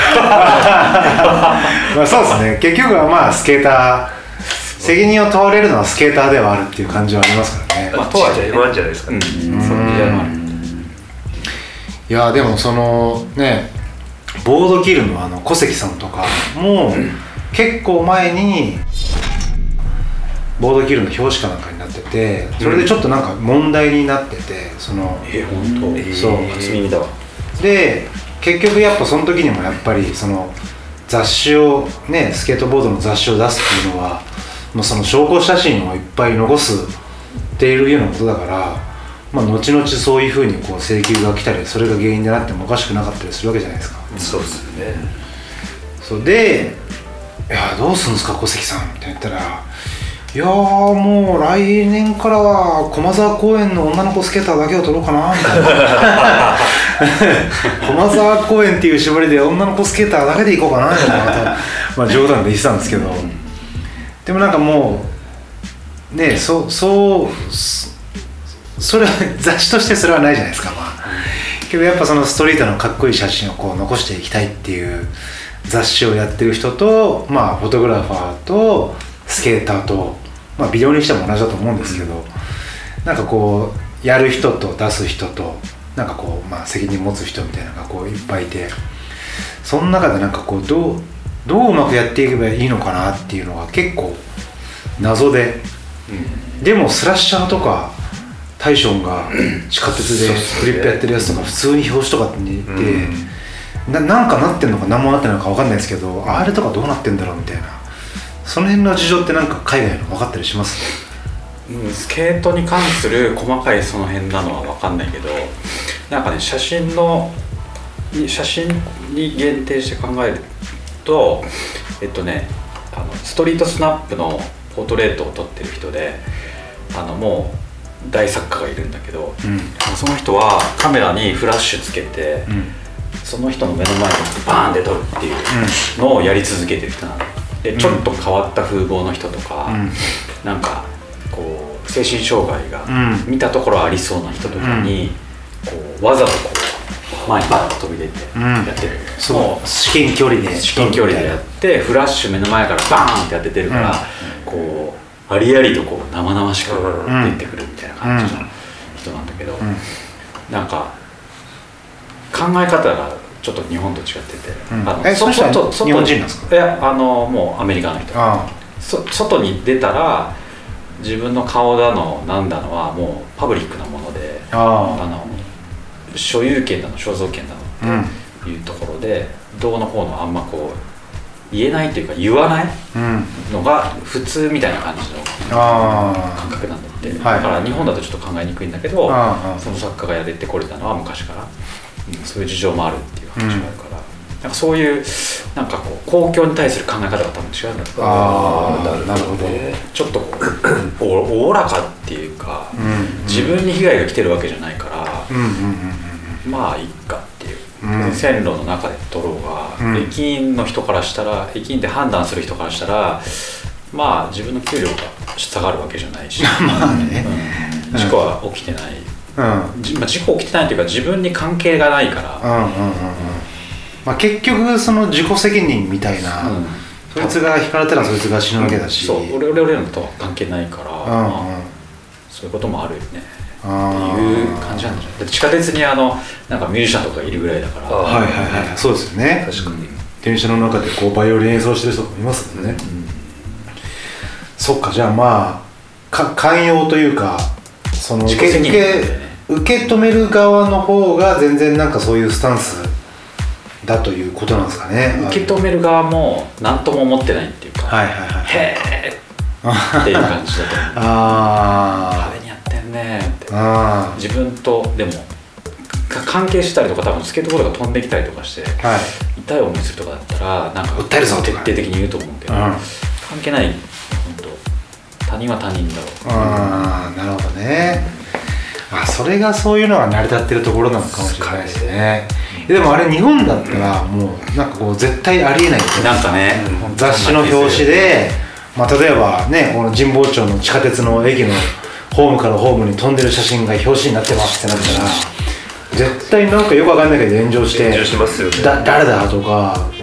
まあそうですね結局はまあスケーター責任を問われるのはスケーターではあるっていう感じはありますからね。 まあとはじゃ エムワン じゃないですかね。うんそういやでもそのねボードキルのあの小関さんとかも結構前にボードキルの表紙かなんかになっててそれでちょっとなんか問題になっててそのえ本当そう初耳だわで結局やっぱその時にもやっぱりその雑誌をねスケートボードの雑誌を出すっていうのはもうその証拠写真をいっぱい残すっていうようなことだからまあ、後々そういうふうにこう請求が来たりそれが原因でなってもおかしくなかったりするわけじゃないですか。 そうですね。 そうで「いやどうするんですか小関さん」って言ったら「いやもう来年からは駒沢公園の女の子スケーターだけを撮ろうかな」みたいな駒沢公園っていう縛りで女の子スケーターだけで行こうかなみたいなことまあ冗談で言ってたんですけどでもなんかもうねそうそうそれは雑誌としてそれはないじゃないですか、まあ、けどやっぱそのストリートのかっこいい写真をこう残していきたいっていう雑誌をやってる人と、まあ、フォトグラファーとスケーターと、まあ、ビデオにしても同じだと思うんですけどなんかこうやる人と出す人となんかこう、まあ、責任持つ人みたいなのがこういっぱいいてその中でなんかこうどう、どううまくやっていけばいいのかなっていうのが結構謎で、うん、でもスラッシャーとかタイションが地下鉄でフリップやってるやつとか普通に表紙とかにいて、うん、な, なんかなってんのか何もなってんのか分かんないですけどあれとかどうなってんだろうみたいなその辺の事情ってなんか海外の分かったりしますね、うん、スケートに関する細かいその辺なのは分かんないけどなんかね写真の写真に限定して考えるとえっとねあのストリートスナップのポートレートを撮ってる人であのもう大作家がいるんだけど、うん、その人はカメラにフラッシュつけて、うん、その人の目の前でバーンって撮るっていうのをやり続けてる人なので、うん、ちょっと変わった風貌の人とか、うん、なんかこう精神障害が見たところありそうな人とかに、うん、こうわざとこう前にバッと飛び出てやってる、うん、 そう至近距離で至近距離でやってフラッシュ目の前からバーンってやって出るから、うん、こうありありとこう生々しく出てくるみたいな感じの人なんだけど、うん、なんか考え方がちょっと日本と違ってて、 うん、あのえその人は日本人なんですか？ いやあのもうアメリカの人そ外に出たら自分の顔だのなんだのはもうパブリックなものでああの所有権だの肖像権だのっていうところで、 どうの方のあんまこう言えないというか言わないのが普通みたいな感じの感覚なんだって、うん、だから日本だとちょっと考えにくいんだけど、はい、その作家がやれてこれたのは昔から、うん、そういう事情もあるっていう話があるから、うん、なんかそういうなんかこう公共に対する考え方が多分違うんだけど、 あーなるほどね、 ちょっとこうおおおらかっていうか、うん、自分に被害が来てるわけじゃないから、うんうんうんうん、まあいいかっていう。うん、線路の中で撮ろうが、うん、駅員の人からしたら駅員で判断する人からしたらまあ自分の給料が下がるわけじゃないしまあね、 うん、事故は起きてない、うんじまあ、事故起きてないというか自分に関係がないから、うんうんうんうんまあ、結局その自己責任みたいな、うん、そいつが引かれたらそいつが死ぬわけだし、 うん、そう俺俺らとは関係ないから、うんうんまあ、そういうこともあるよねっていう感じなんじゃない。だって地下鉄にあのなんかミュージシャンとかいるぐらいだから。 はいはいはい、そうですよね。確かに電車の中でこうバイオリン演奏してる人もいますもんね、うん、そっか。じゃあまあか寛容というかその受け、受け、受け止める側の方が全然なんかそういうスタンスだということなんですかね。 受け止める側も何とも思ってないっていうか、 はいはいはい、 へーっていう感じだと思う。ああねってあ自分とでも関係したりとか多分スケートボードが飛んできたりとかして、はい、痛い思いするとかだったらなんか訴えるぞ徹底的に言うと思うけど、うん、関係ない本当他人は他人だろう。 ああなるほどね。あそれがそういうのが成り立ってるところなのかもしれないですね。でもあれ日本だったらもうなんかこう絶対ありえないですよね。 なんかね、 うん、雑誌の表紙で、まあ、例えばねこの神保町の地下鉄の駅のホームからホームに飛んでる写真が表紙になってますってなったら絶対なんかよくわかんないけど炎上して炎上しますよね。 だ誰だとか、うん、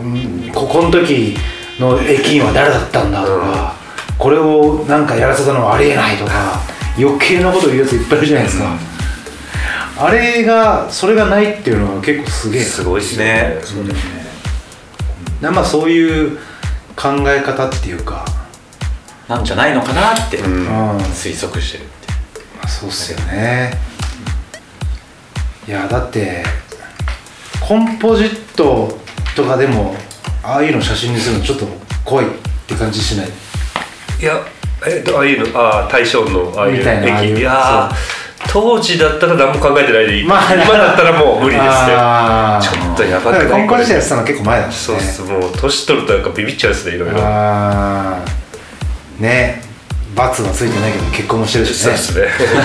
ここの時の駅員は誰だったんだとか、うん、これをなんかやらせたのはありえないとか余計なこと言うやついっぱいいるじゃないですか、うん、あれがそれがないっていうのは結構すげえすごいですね。 そうですね、うん、まあそういう考え方っていうかなんじゃないのかなって、うん、推測してるって、 まあ、そうっすよね。いやだってコンポジットとかでもああいうの写真にするのちょっと怖いって感じしない？ いやえああいうのああ大正のああいう駅いや当時だったら何も考えてないでいい、まあ、今だったらもう無理ですね。ちょっとやばくない？ コンポジットやってたの結構前だもんね。 そうっすもう年取るとなんかビビっちゃうですねいろいろ。 あね罰はついてないけど結婚もしてるしね。 そうですね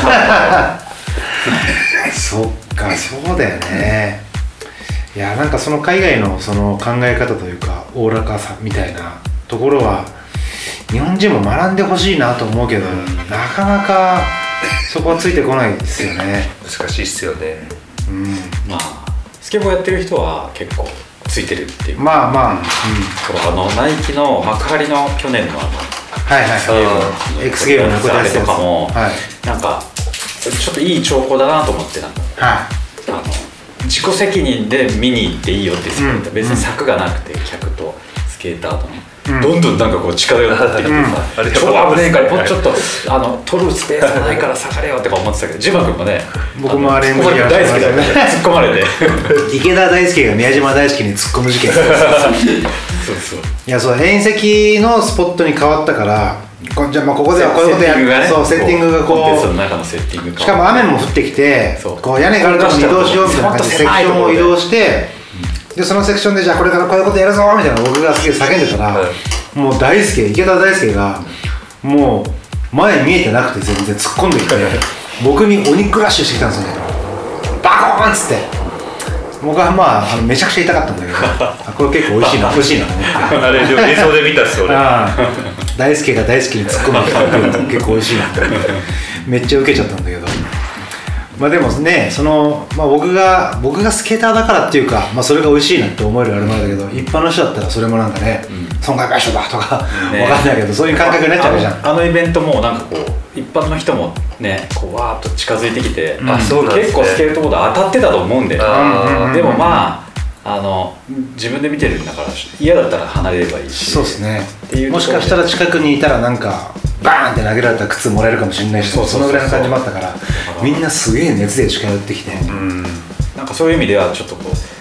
そっかそうだよね。いやなんかその海外のその考え方というかおおらかさみたいなところは日本人も学んでほしいなと思うけど、うん、なかなかそこはついてこないですよね。 難しいっすよね、 うん、まあスケボーやってる人は結構ついてるっていう。 まあまあ、うん、 あのナイキの幕張の去年のあのはいはいはい、エクスゲームのあれとかも、はい、なんかちょっといい兆候だなと思ってなんか、はい、あの自己責任で見に行っていいよって言って、うん、別に柵がなくて客とスケーターとの、うん、どんどんなんかこう力が立ってきてさ、うん、あれ超危ないからもうちょっとあの取るスペースがないから下がれよとか思ってたけどジマ君もね僕もあれ大好きだよね突っ込まれて池田大輔が宮島大輔に突っ込む事件そうそういやそう遠石のスポットに変わったからこじゃあまあここではこういうことやる、ね、そうセッティングがこうコンテストの中のセッティングしかも雨も降ってきてこう屋根があるところに移動しようみたいな感じでセクションを移動してでそのセクションでじゃあこれからこういうことやるぞみたいな僕が好きで叫んでたら、はい、もう大輔池田大輔がもう前見えてなくて全然突っ込んできて僕に鬼クラッシュしてきたんですよねバコーンっつって僕はまあ、あのめちゃくちゃ痛かったんだけどこれ結構美味しいな美味しいなと思ってあれでも映像で見たっすよね大輔が大好きに突っ込むって結構美味しいなってめっちゃウケちゃったんだけどまあでもねその、まあ、僕が僕がスケーターだからっていうか、まあ、それが美味しいなって思えるあれもあるんだけど一般の人だったらそれもなんかね、うん、損害賠償だとか、ね、分かんないけどそういう感覚になっちゃうじゃん。 あの、あのイベントもなんかこう一般の人もねこうわーっと近づいてきて、うん、あそうなんですね、結構スケートボード当たってたと思うんで、うん、でもまああの自分で見てるんだから嫌だったら離れればいいしそうですねっていうもしかしたら近くにいたらなんかバーンって投げられたら靴もらえるかもしれないし そ, そのぐらいの感じもあったからみんなすげえ熱で近寄ってきて、うん、 なんかそういう意味ではちょっとこう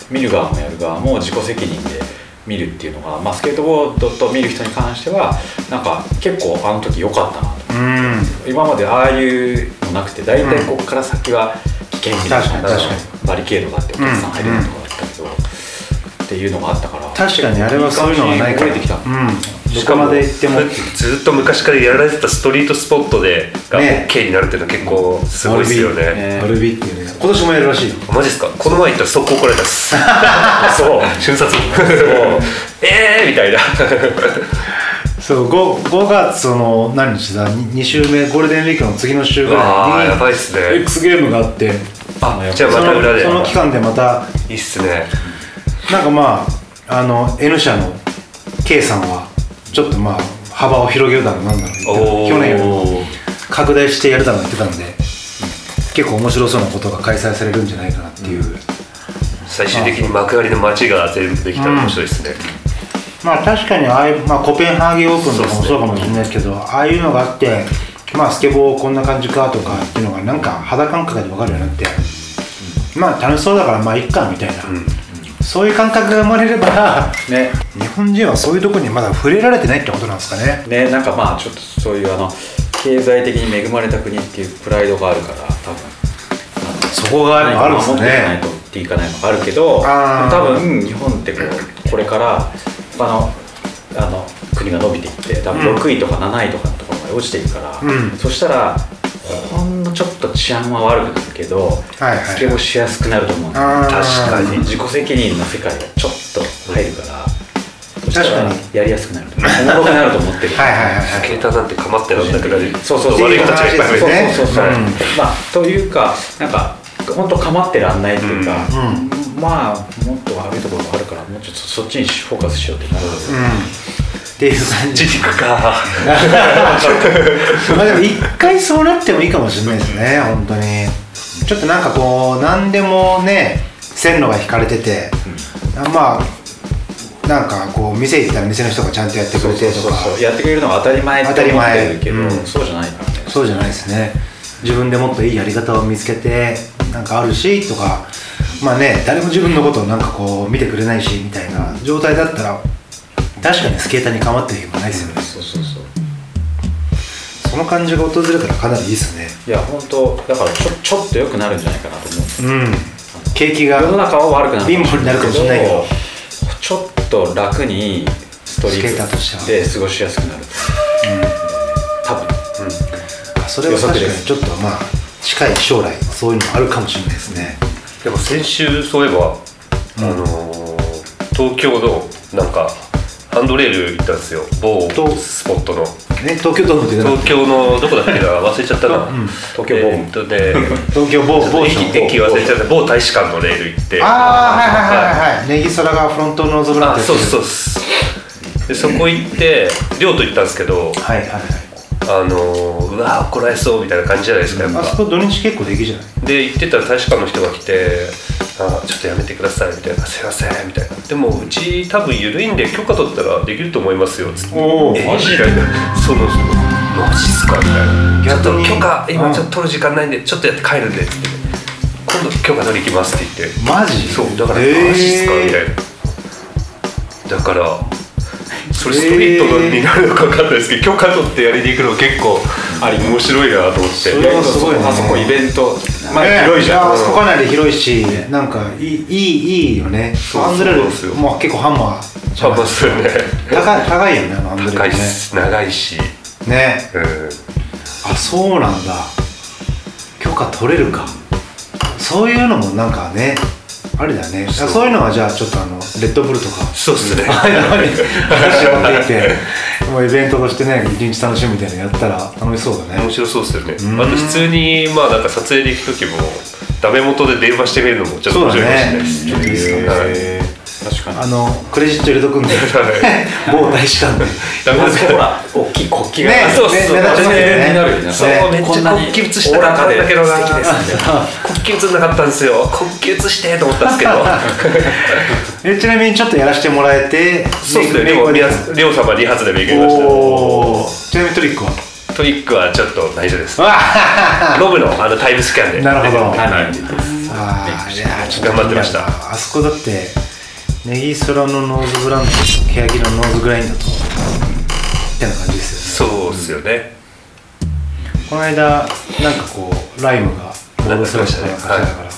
見る側もやる側も自己責任で見るっていうのが、まあ、スケートボードと見る人に関してはなんか結構あの時良かったなと、うん、今までああいうのなくて大体ここから先は危険みたいな、うん、バリケードがあってお客さん入れるとかだったけど、うんうん、っていうのがあったから、 確かにあれはそういうのがないからいい感じに動いてきた、 うん、どこまで行ってもずっと昔からやられてたストリートスポットでが OK になるっていうのは結構すごいですよね。 アルビっていうね、今年もやるらしいよ。 マジですか？この前行ったら速攻怒られたっすそう瞬殺えーみたいなそう 5, ごがつの何日だ、に週目、ゴールデンウィークの次の週ぐらいにやばいっすね X ゲームがあって、 あ、じゃあまた裏でその期間でまたいいっすね。 なんかまああの N 社の K さんはちょっとまあ幅を広げるだろうなんだろう去年よりも拡大してやるだろうって言ってたんで、結構面白そうなことが開催されるんじゃないかなっていう、うん、 最終的に幕張の街が全部できたら面白いですね、 うん、まあ確かにああいう、まあ、コペンハーゲンオープンとかもそうかもしれないですけど、ああいうのがあって、まあスケボーこんな感じかとかっていうのがなんか肌感覚で分かるようになって、うん、まあ楽しそうだからまあいっかみたいな、うん、そういう感覚が生まれれば、ね、日本人はそういうところにまだ触れられてないってことなんですかね。 ね、なんかまあちょっとそういうあの経済的に恵まれた国っていうプライドがあるから、多分そこがあるんですね。 守っていかないとっていかないのがあるけど、多分日本ってこうこれから他のあの国が伸びていって多分ろくいとかなないとかのところまで落ちていくから、うん、そしたらほんのちょっと治安は悪くなるけど、はいはい、スケボーしやすくなると思うんだよ。確かに自己責任の世界がちょっと入るから、そしたらやりやすくなると思う。おもろくなると思ってるはいはいはい、 スケーターなんて構ってらんなくなる。 そうそうそう、 悪い形がいっぱいあるね。 そうそうそう、うん、まあというかなんか本当構ってらんないっていうか、うんうん、まあもっと悪いところがあるからもうちょっとそっちにフォーカスしようってなる、うん、 っていう感じ軸かまあでも一回そうなってもいいかもしれないですね。本当にちょっとなんかこう何でもね線路が引かれてて、うん、まあなんかこう店行ったら店の人がちゃんとやってくれてとか、 そうそうそう、やってくれるのが当たり前って思ってるけど、うん、そうじゃないからね。 そうじゃないですね。自分でもっといいやり方を見つけてなんかあるしとか、まあね誰も自分のことをなんかこう見てくれないしみたいな状態だったら確かにスケーターに構ってる暇ないですよね、うん、そうそうそう。その感じが訪れたらかなりいいですね。 いや本当だからちょちょっと良くなるんじゃないかなと思う。うん。 景気が世の中は悪くなる貧乏になるかもしれないけど、 ちょっと楽にストリートで過ごしやすくなる。うん。多分。うん。 それは確かにちょっとまあ近い将来そういうのもあるかもしれないですね。 でも先週そういえば、うん、あのー、東京のなんかハンドレール行ったんですよ。某スポットの、 ね、東京ドームって言う東京のどこだっけな忘れちゃったな、うん、 東京ボームで東京某某駅駅忘れちゃった某大使館のレール行って、 ああはいはいはいはい、ネギ空がフロントの覗くなってやつ。 そうそうそうでそこ行って寮と行ったんですけど、はいはいはい、あのー、うわ怒られそうみたいな感じじゃないですか。やっぱあそこ土日結構できじゃないで行ってたら大使館の人が来て、あちょっとやめてくださいみたいな、すいませんみたいな、でもうち多分緩いんで許可取ったらできると思いますよつって、 おえー、マジでそのマジっすかみたいな、ちょっと許可今ちょっと取る時間ないんでちょっとやって帰るんでつって、今度許可取り行きますって言って、 マジそうだから、えー、マジっすかみたいな、だからそれストリートになるのか分かんないですけど、許可取ってやりに行くの結構あり面白いなと思って。それはすごいね。 あそこイベント、 まあ、広いじゃん。あそこかなり広いし、なんかいいいいいいよね。アンドレールも結構ハンマーハンマーですよね。 高い高いよね、あのアンドレールね。 高いし長いしね、うん、あそうなんだ、許可取れるか、そういうのもなんかねあれだね。そう、そういうのはじゃあちょっとあのレッドブルとかそうですね話を持っていてもうイベントとしてね一日楽しむみたいなのやったら楽しそうだね。 面白そうですよね。あと普通にまあなんか撮影で行く時もダメ元で電話してみるのもちょっと面白いかもしれないです。 ちょっといいですかね。 確かにあのクレジット入れとくんで某大使館でほら大きい国旗がねそうそう目立ちますね。 そうめっちゃ国旗映したかったんだけどな、国旗映んなかったんですよ。国旗映してと思ったんですけどえちなみにちょっとやらせてもらえて、 そうですね、でもりょう様に発で巡りました。 ちなみにトリックはトリックはちょっと大丈夫です。ロブのあのタイムスキャンで。 なるほど。 あメイクしてあちょっと頑張ってました。 あそこだってネギソラのノーズブランドと欅のノーズグラインドとみたいな感じですよね。 そうですよね。 この間なんかこうライムがボールスラッシュとか勝ちだから、 はい、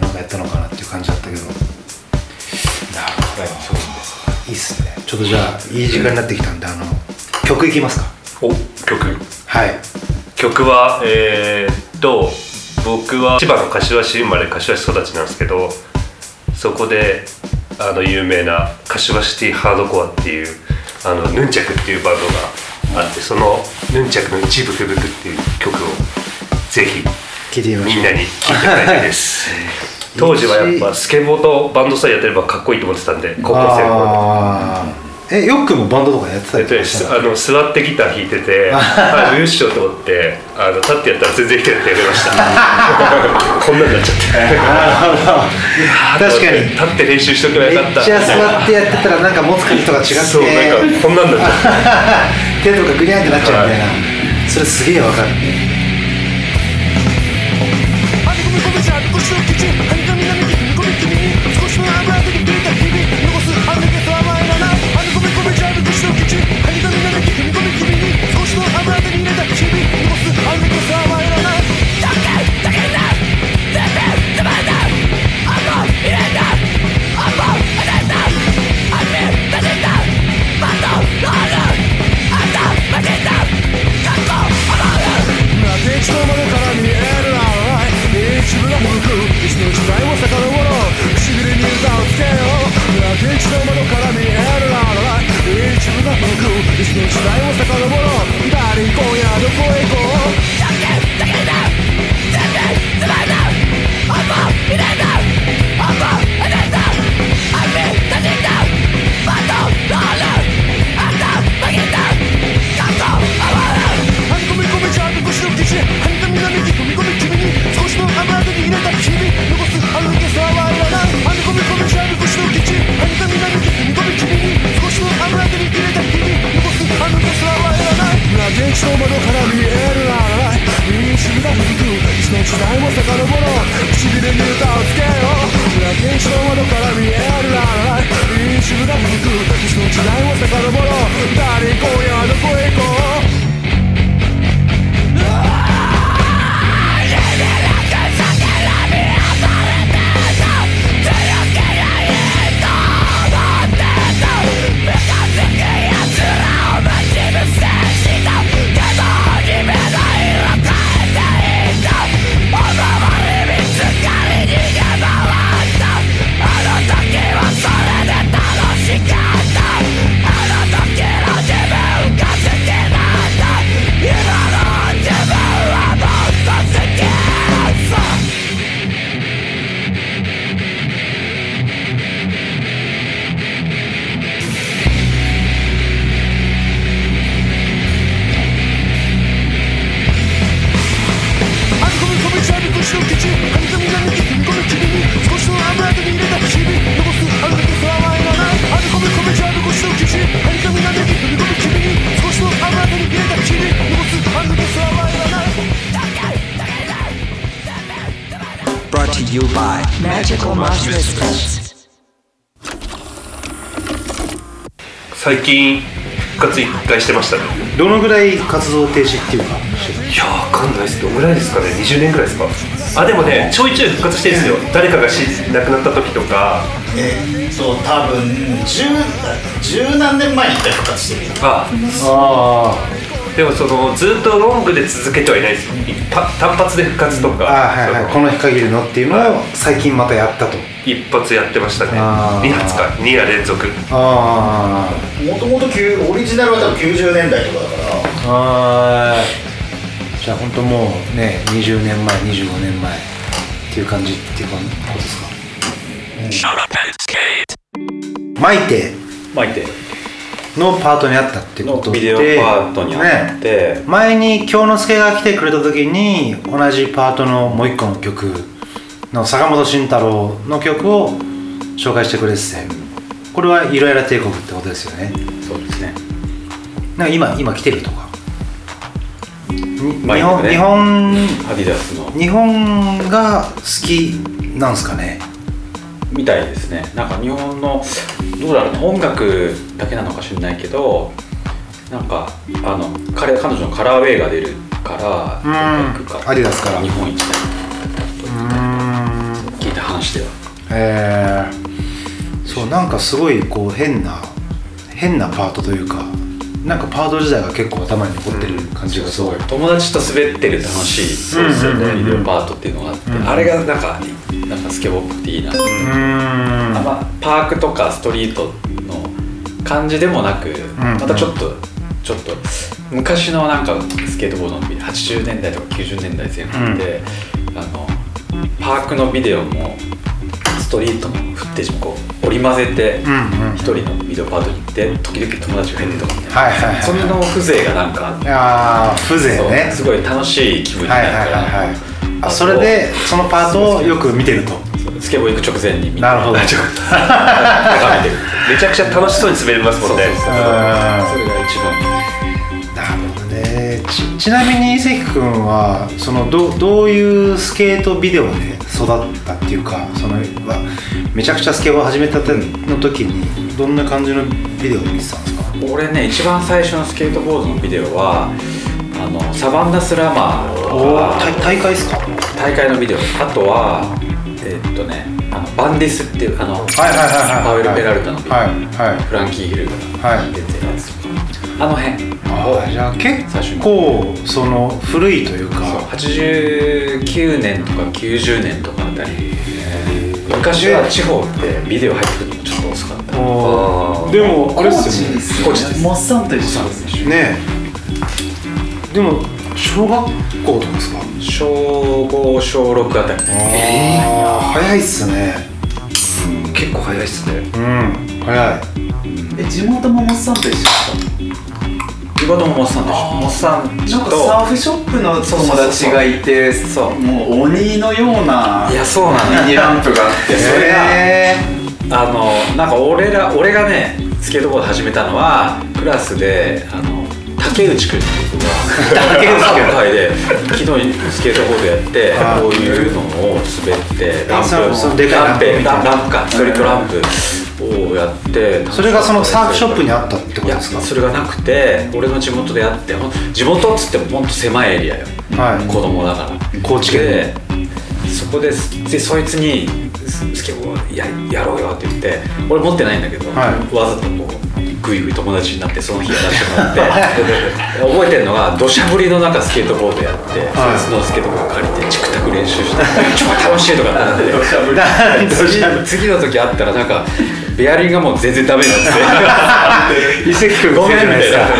なんかやったのかなっていう感じだったけど、なるほど、いいっすね。ちょっとじゃあいい時間になってきたんで、あの曲いきますか。 お曲はい。 曲はえー、っと僕は千葉の柏市生まれ柏市育ちなんですけど、そこであの有名な柏シティハードコアっていうあのヌンチャクっていうバンドがあって、そのヌンチャクの一部吹雪っていう曲をぜひみんなに聴いてもらいたいです当時はやっぱスケボーとバンドさえやってればかっこいいと思ってたんで、高校生の頃。 え、ヨックもバンドとかやってたりとかしたあの座ってギター弾いててあよっしょと思ってあの立ってやったら全然弾けなくてやめましたこんなんなっちゃって確かに立って練習しとけばよかった。 めっちゃ座ってやってたらなんか持つ感じとか違って、 そうなんかこんなんなっちゃって手とかグニャンってなっちゃうみたいな、はい、それすげえわかる。 You buy Magical Monster Records。 最近復活一回してましたね。 どのぐらい活動停止っていうか。 いやわかんないです。どのぐらいですかね。にじゅうねんぐらいですか。あでもねちょいちょい復活してるんですよ。誰かがし亡くなった時とか。 えー、そう多分十十何年前に一回復活してる。 ああ。でもそのずっとロングで続けてはいないですよ。単発で復活とか、 あ、はいはい、この日限りのっていうのを最近またやったと。 一発やってましたね。に発かに夜連続。 ああもともとオリジナルは多分きゅうじゅうねんだいとかだから。 ああじゃあ本当もうねにじゅうねんまえにじゅうごねんまえっていう感じっていうことですか。マイテマイテのパートにあったってことで、 ビデオパートにあって、 ね、前に京之介が来てくれた時に同じパートのもう一個の曲の坂本慎太郎の曲を紹介してくれてて、これはイライラ帝国ってことですよね。 そうですね。 なんか今今来てるとかバイクね、 日本アディダスの日本が好きなんすかねみたいですね。なんか日本のどうだろうな、音楽だけなのかしれないけど、なんかあの彼彼女のカラーウェイが出るからうんアディダスから日本一だったと聞いた話では。 へえー、そうなんかすごいこう変な変なパートというか、なんかパート自体が結構頭に残ってる感じがすごい、 うん、友達と滑ってる楽しいそうですよね、ビデオパートっていうのがあって、うん、あれがなんかなんかスケボーっていいな、うん、あ、まあ、パークとかストリートの感じでもなく、うん、またちょっとちょっと昔のなんかスケートボードのビデオはちじゅうねんだいとかきゅうじゅうねんだいぜん半で、うん、あのパークのビデオもストリートのフッテージもこう織り交ぜて一人のビデオパートに行って時々友達が入ってとかみたいな、はいはいはい、それの風情がなんかあー風情ね、 すごい楽しい気分になるから、はいはいはいはい、 あそれでそのパートをよく見てると、 スケボー行く直前に見てなるほどめちゃくちゃ楽しそうに滑りますもんね。そうそうそう、それが一番。 なるほどね。 ち, ちなみに関君はその ど, どういうスケートビデオで育ったっていうか、そのめちゃくちゃスケボー始めたての時にどんな感じのビデオを見てたんですか？ 俺ね、一番最初のスケートボードのビデオはあのサバンナスラマーとか大会ですか？ 大会のビデオ、あとはえー、っとねあのバンディスっていうあの、はいはいはいはい、 パウエル・ペラルタのビデオ、はいはい、フランキー・ヒルが出てるやつとか、はい、あの辺あじゃあ結構その古いというか、 はちじゅうきゅうねんとかきゅうじゅうねんとかあたり、昔は地方ってビデオ入ってくるのちょっと遅かった。 あでもあれっすよね、 高知です。モッサンと一緒ですね。でも小学校とかですか？ 小ご小ろくあたり。 ああ早いっすね、 うん、結構早いっすね。 うん早い。 え地元もモッサンと一緒ですか？ 地元もモッサンでしょ。モッサンなんかサーフショップの友達がいて、そうもう鬼のようないやそうなのミニランプがあってそれがあのなんか俺ら俺がねスケートボード始めたのはクラスであの竹内くんっていう子が竹内くん会で昨日スケートボードやってこういうのを滑ってランプランプランプかストリートランプをやって、 それがそのサーフショップにあったってことですか？ いやそれがなくて俺の地元であって、地元っつってもほんと狭いエリアよ、はい、子供だから高知県でそこで、でそいつにスケボー や, やろうよって言って俺持ってないんだけど、はい、わざとこうグイグイ友達になってその日やらせてもらって覚えてるのが土砂降りの中スケートボードやって、はい、そいつのスケートボード借りてチクタク練習して超楽しいとかってなって次, 次の時会ったらなんかベアリングがもう全然ダメになって伊関君ごめんみたいな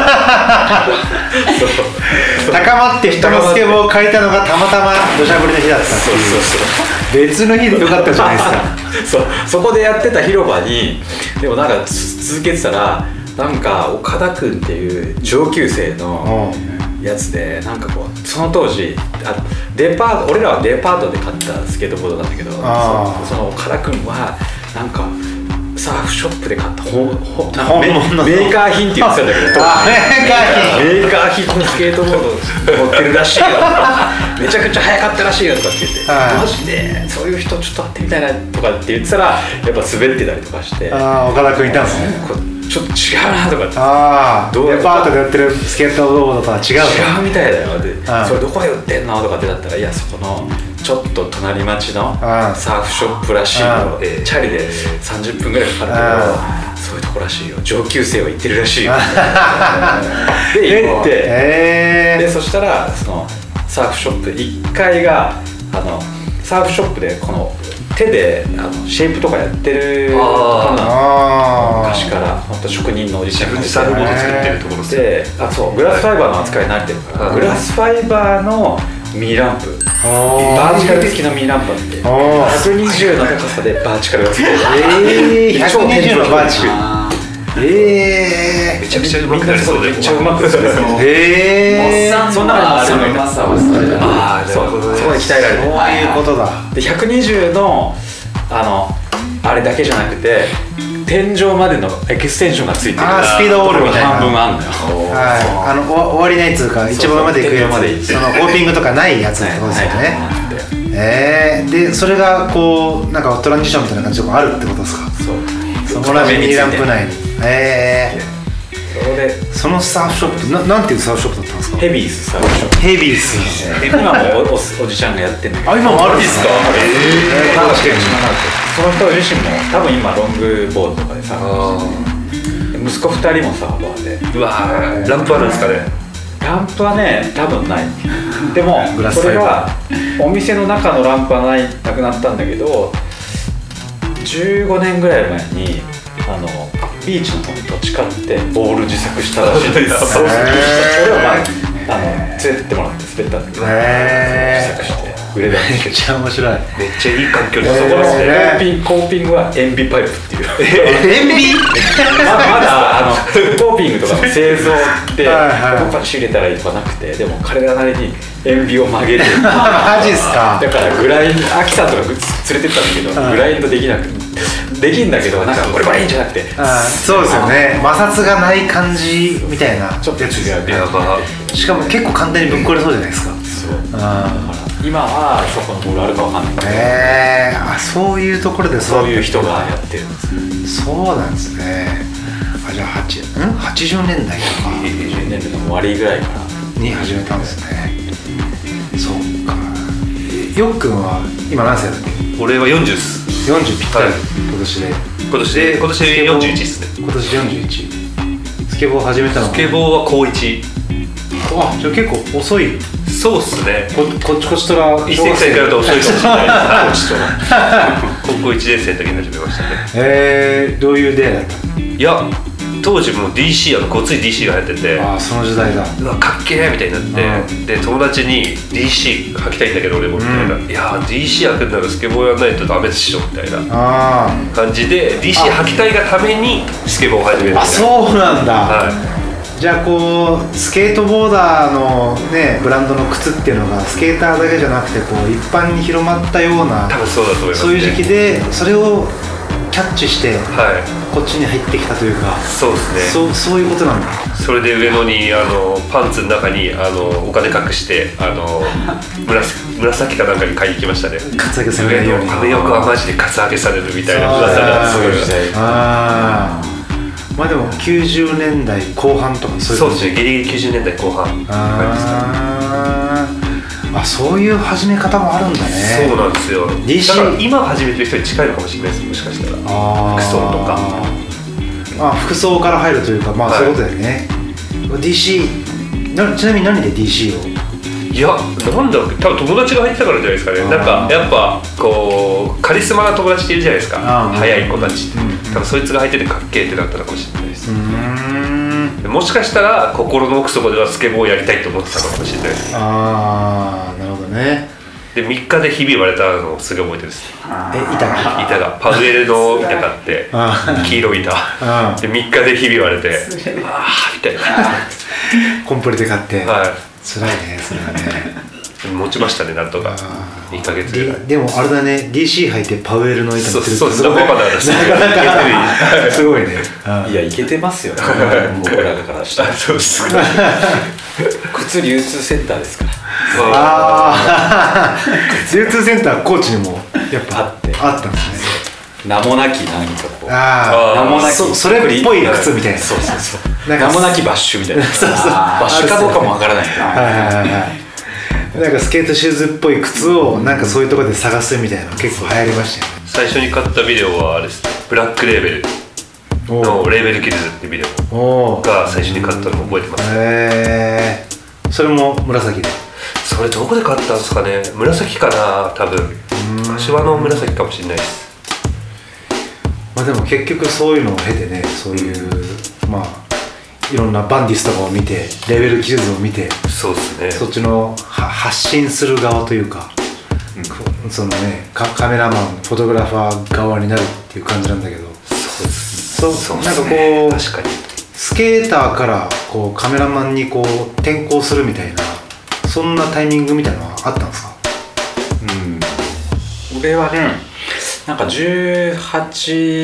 高まって人のスケボーを借りたのがたまたま土砂降りの日だったっていう。そうそうそう別の日でよかったじゃないですかそうそこでやってた広場にでもなんか続けてたらなんか岡田君っていう上級生のやつでなんかこうその当時あデパート俺らはデパートで買ったスケートボードなんだけど そ, その岡田君はなんかサーフショップで買った本本なんメ, メーカー品って言ってたんだけどメーカー品メーカー品のスケートボード持ってるらしいよめちゃくちゃ早かったらしいよとかって言ってマジでそういう人ちょっと会ってみたいなとかって言ってたらやっぱ滑ってたりとかしてああ岡田君いたんですね。 ちょっと違うなとかってあどうデパートでやってるスケートボードとは違う違うみたいだよってそれどこで売ってんのとかってなったらいやそこのちょっと隣町のサーフショップらしいのチャリでさんじゅっぷんぐらいかかるけどそういうとこらしいよ上級生は行ってるらしいよで行ってでそしたらそのサーフショップいっかいがあのサーフショップでこの手であのシェイプとかやってるところなの昔から本当職人のおじちゃんがいてサーフボード作ってるところであそうグラスファイバーの扱いに慣れてるからグラスファイバーのミニランプバーチカル付きのミニランプあってひゃくにじゅうの高さでバーチカルがつけてえー、ひゃくにじゅうのバーチカルえー、 めちゃくちゃうまくなりそうでめっちゃうまくなりそうえー、 そんなのあるのうまさはそれだああそうそこで鍛えられるそういうことだでひゃくにじゅうのあのあれだけじゃなくて天井までのエクステンションがついてるあースピードウォールみたいな半分あんのよ。 はい、あの終わりないっつうか一番まで行くやつ、そのホーピングとかないやつってことですよね。えー、でそれがこうなんかトランジションみたいな感じとかあるってことですか。 そうその同じミニランプ内に。えー、それでそのサーフショップ な, なんていうサーフショップだったんですか。 ヘビースサーフショップ。 ヘビース今も お, お, おじちゃんがやってんだけど。 あ、今もあるんですか。 えー、確かにその人自身も多分今ロングボードとかでサーフして息子ふたりもサーファーで。 うわー、ランプあるんですかね。 ランプはね多分ない。でもそれがお店の中のランプはないなくなったんだけど、じゅうごねんぐらい前にあのビーチの方に土地買ってボール自作したらしいんです。それを前あの連れてってもらって滑ったんだけど、自作して売れたんですけど。 めっちゃ面白い。 めっちゃいい環境でそこのコえーーピング、コーピングは塩ビパイプっていう。 塩ビまだまだあのコーピングとかの製造ではいはいここから仕入れたらいいとかなくて、でも彼らなりに塩ビを曲げる。 マジっすか。 だからグラインド、秋さんとか連れてったんだけど、 はいグラインドできなくてできんだけど、なんかこれバリンじゃなくて、 あ、そうですよね。摩擦がない感じみたいな。 ちょっと違う。 やば。 しかも結構簡単にぶっ壊れそうじゃないですか。 そうあ今はそこのボールあるかわかんないけど、 えー、あ、そういうところでそういう人ががやってるんです。 そうなんですね。あ、じゃあはち、んはちじゅうねんだいとかきゅうじゅうねんだいの終わりぐらいからに始めたんですね。そうか。よっくんは今何歳だっけ。 俺はよんじゅうっす。 よんじゅうぴったり、 はい今年で。 今年で今年でよんじゅういちっすね。 今年よんじゅういち。スケボー始めたのはスケボーは高いち。 あ、じゃあ結構遅い。 そうっすね。 ここっちこっちとら一世紀からと遅いかもしれないです。高校いちねん生の時に始めましたね。 えー、どういう出会いだったの。 いや、当時もう ディーシー、あのごつい ディーシー が流行ってて、 ああ、その時代だ。 うわかっけーみたいになって、で友達に ディーシー 履きたいんだけど俺もみたいな、 うんいやー ディーシー 履くんならスケボーやらないとダメでしょみたいなあ感じで ディーシー 履きたいがためにスケボーを始めるみたいな。 あ、そうなんだ。 はじゃあこうスケートボーダーのねブランドの靴っていうのがスケーターだけじゃなくてこう一般に広まったような、 い、多分そうだと思いますね。 そういう時期でそれをキャッチしてはいこっちに入ってきたというか、 そうですね。 そうそういうことなんだ。 それで上野にあのパンツの中にあのお金隠してあの紫, 紫かなんかに買いに行きましたね。 カツアゲされ上ないように。 のアメ横はマジでカツアゲされるみたいなそう噂がそういう時代。 ああ、まあでもきゅうじゅうねんだいこう半とかそういうそうですね。ギリギリきゅうじゅうねんだいこう半感じですかね。 あーあ、そういう始め方もあるんだね。 そうなんですよ。 ディーシーだから今始めてる人に近いのかもしれないです。もしかしたらあー服装とかあ、服装から入るというか、まあはいそういうことだよね。ディーシー な、ちなみに何で ディーシー を。 いや、なんだろう、多分友達が入ってたからじゃないですかね。 あーなんかやっぱこうカリスマな友達っているじゃないですか。 あー早い子たちって、 うん多分そいつが入っててかっけーってなったのかもしれないです。 うーん。 もしかしたら心の奥底ではスケボーをやりたいと思ってたのかもしれないです。 ああ、なるほどね。 でみっかで日々言われたのをすぐ覚えてるんです。 え、板が。 板がパウエルの板があってあ黄色い板あでみっかで日々言われてああみたいな、 コンプリで買って。 は辛いね、それはね。 い、持ちましたねなんとかあにかげつぐらい。 ででもあれだね、 ディーシー 履いてパウエルの板そう乗ってるってそうそう、どこまで私なかなかすごいね。 いや、いけてますよ、僕らからしたら。 そうっすか。 靴流通センターですから。 ああ、流通センター高知にもやっぱあってあったんですね。 名もなきなんかこう、 ああ、 名もなきそそれっぽい靴みたいな。 そうそうそう、 なんか名もなきバッシュみたいな。 そうそうバッシュかどうかもわからないけど、 はいはいはいはい。なんかスケートシューズっぽい靴をなんかそういうところで探すみたいなの結構流行りましたよね。 最初に買ったビデオはあれですね、ブラックレーベルおのレーベルキルズっていうビデオおー、 が最初に買ったのを覚えてます。 へえー、それも紫で。 それどこで買ったんですかね。紫かな、多分柏の紫かもしれないです。 まあでも結局そういうのを経てね、そういうまあいろんなバンディスとかを見てレーベルキルズを見て、 そうですね。 そっちのは発信する側というか、うん、そのねカ、カメラマンフォトグラファー側になるっていう感じなんだけど、 そうですそうそうなんかこね、 う確かにスケーターからこうカメラマンにこう転向するみたいな、そんなタイミングみたいなのはあったんですか。 うん、俺はね、なんかじゅうはち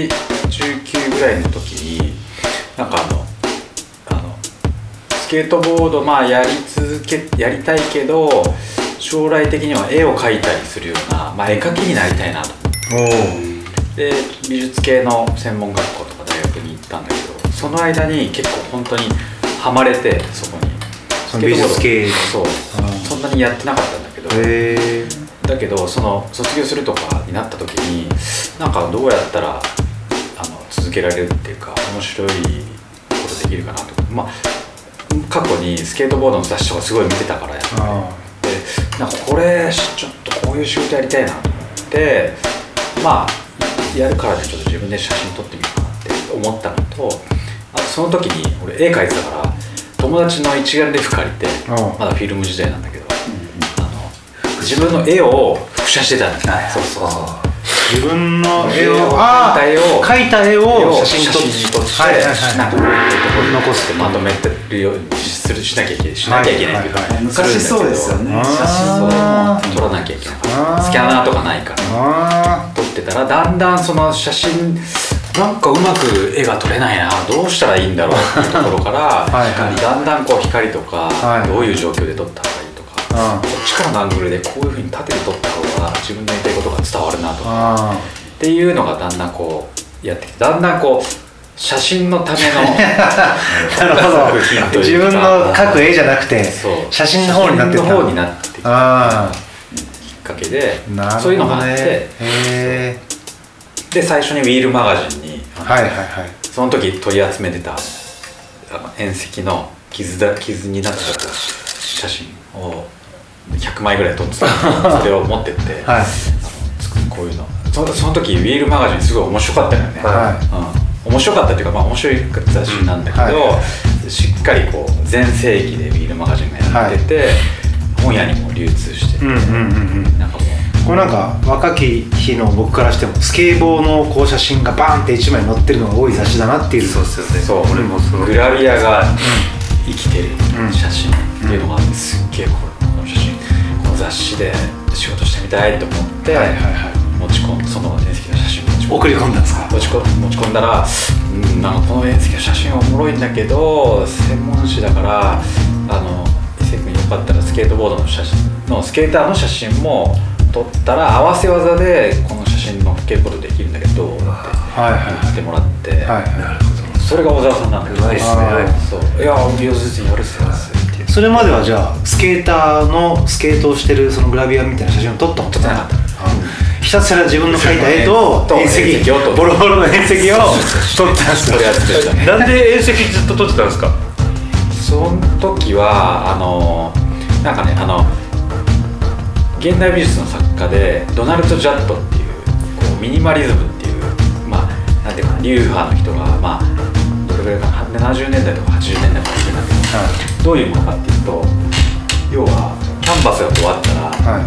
じゅうきゅうぐらいの時になんかあのあのスケートボードまあやり続けやりたいけど将来的には絵を描いたりするような、まあ、絵描きになりたいなと思ってで美術系の専門学校とか大学に行ったんだけどその間に結構本当にハマれてそこにその美術系そうそんなにやってなかったんだけどへだけどその卒業するとかになった時になんかどうやったらあの続けられるっていうか面白いことできるかなとまあ過去にスケートボードの雑誌とかすごい見てたからやっぱりでなんかこれちょっとこういう仕事やりたいなと思ってまあやるからねちょっと自分で写真撮ってみようかなって思ったのとあとその時に俺絵描いてたから友達の一眼レフ借りてまだフィルム時代なんだけど、うん、あの自分の絵を複写してたんですねそうそうそう自分の絵をあ描いた絵を写真に撮ってはいはいはいなんかこう残してまとめてるようにするしなきゃいけないしなきゃいけないっていうか昔そうですよね写真を撮らなきゃいけないスキャナーとかないから撮ってたらだんだんその写真なんかうまく絵が撮れないなどうしたらいいんだろうっていうところからはい、はい、だんだんこう光とか、はい、どういう状況で撮った方がいいとか、こっちからのアングルでこういうふうに縦で撮った方が自分の言いたいことが伝わるなとかっていうのがだんだんこうやってきてだんだんこう写真のためのなるほど自分の描く絵じゃなくて写真の方になってきた写真の方になってきたきっかけで、ね、そういうのがあってへで最初にウィールマガジンに、はいはいはい、その時取り集めてたあの遠赤の傷だ傷になってた写真をひゃくまいぐらい撮ってたのそれを持ってって、はい、あのこういうの そ, その時ウィールマガジンすごい面白かったよね、はいうん、面白かったっていうか、まあ、面白い雑誌なんだけど、うんはい、しっかりこう全盛期でウィールマガジンがやってて、はい、本屋にも流通してて、うんうんうんうん、なんかもうこれなんか若き日の僕からしてもスケボーのこう写真がバーンって一枚載ってるのが多い雑誌だなっていうそうですよねそう俺もそのグラビアが生きてる写真っていうのがあってすっげえこの写真この雑誌で仕事してみたいと思って、はいはいはい、持ち込んでその遠赤の写真持ち込ん送り込んだんですか持ち込持ち込んだら、うん、なんかこの遠赤の写真はおもろいんだけど専門誌だからあの伊勢君よかったらスケートボードの写真のスケーターの写真も撮ったら合わせ技でこの写真載っけることできるんだけどって言ってもらって、はいはいはい、それが小沢さんなんだけど、うまいっすね。そういや美容術やるっすよってそれまではじゃあスケーターのスケートをしてるそのグラビアみたいな写真を撮ったことなかった、うん、ひたすら自分の描いた絵と遠赤ボロボロの遠赤を撮ったんですよなんで遠赤ずっと撮ってたんですかその時はあのなんかねあの現代美術の作家でドナルド・ジャットっていう、こうミニマリズムっていうまあなんていうか流派の人がまあどれぐらいかなななじゅうねんだいとかはちじゅうねんだいとかになってます、はい、どういうものかっていうと要はキャンバスが終わったら、はい、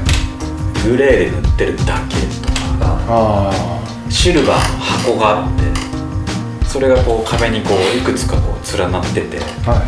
グレーで塗ってるだけとかあシルバーの箱があってそれがこう壁にこういくつかこう連なってて、はい、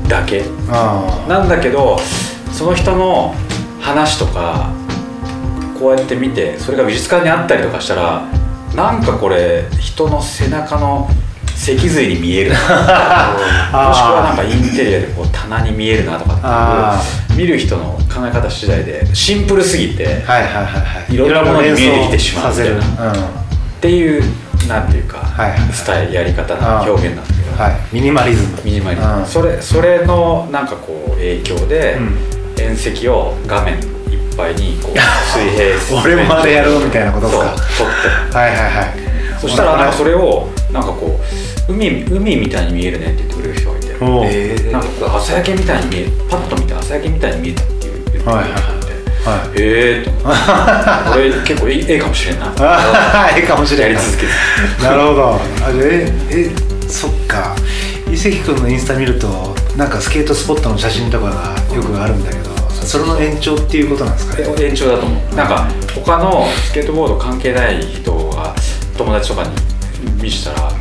だけあなんだけどその人の話とかこうやって見てそれが美術館にあったりとかしたらなんかこれ人の背中の脊髄に見えるなもしくはなんかインテリアでこう棚に見えるなとかっていう見る人の考え方次第でシンプルすぎて、はいはいはいはい、いろんなものに見えてきてしまうみたいな、うん、っていうなんていうか、はいはいはい、スタイルやり方な表現なんだけど、 はい、ミニマリズムミニマリズムそれそれのなんかこう影響で、うん遠赤を画面いっぱいにこう水平線俺までやろうみたいなことですかそう撮ってはいはいはいそしたらなんかそれをなんかこう 海, 海みたいに見えるねって言ってくれる人がいて、えー、なんかこう朝焼けみたいに見えパッと見て朝焼けみたいに見えたっていう言ってくれる人がいて、はい、へえーとこれ結構いいかもしれんないいいかもしれんやり続けてなるほどあええそっか伊関君のインスタ見るとなんかスケートスポットの写真とかがよくあるんだけどそれの延長っていうことなんですかね延長だと思うなんか他のスケートボード関係ない人が友達とかに見せたら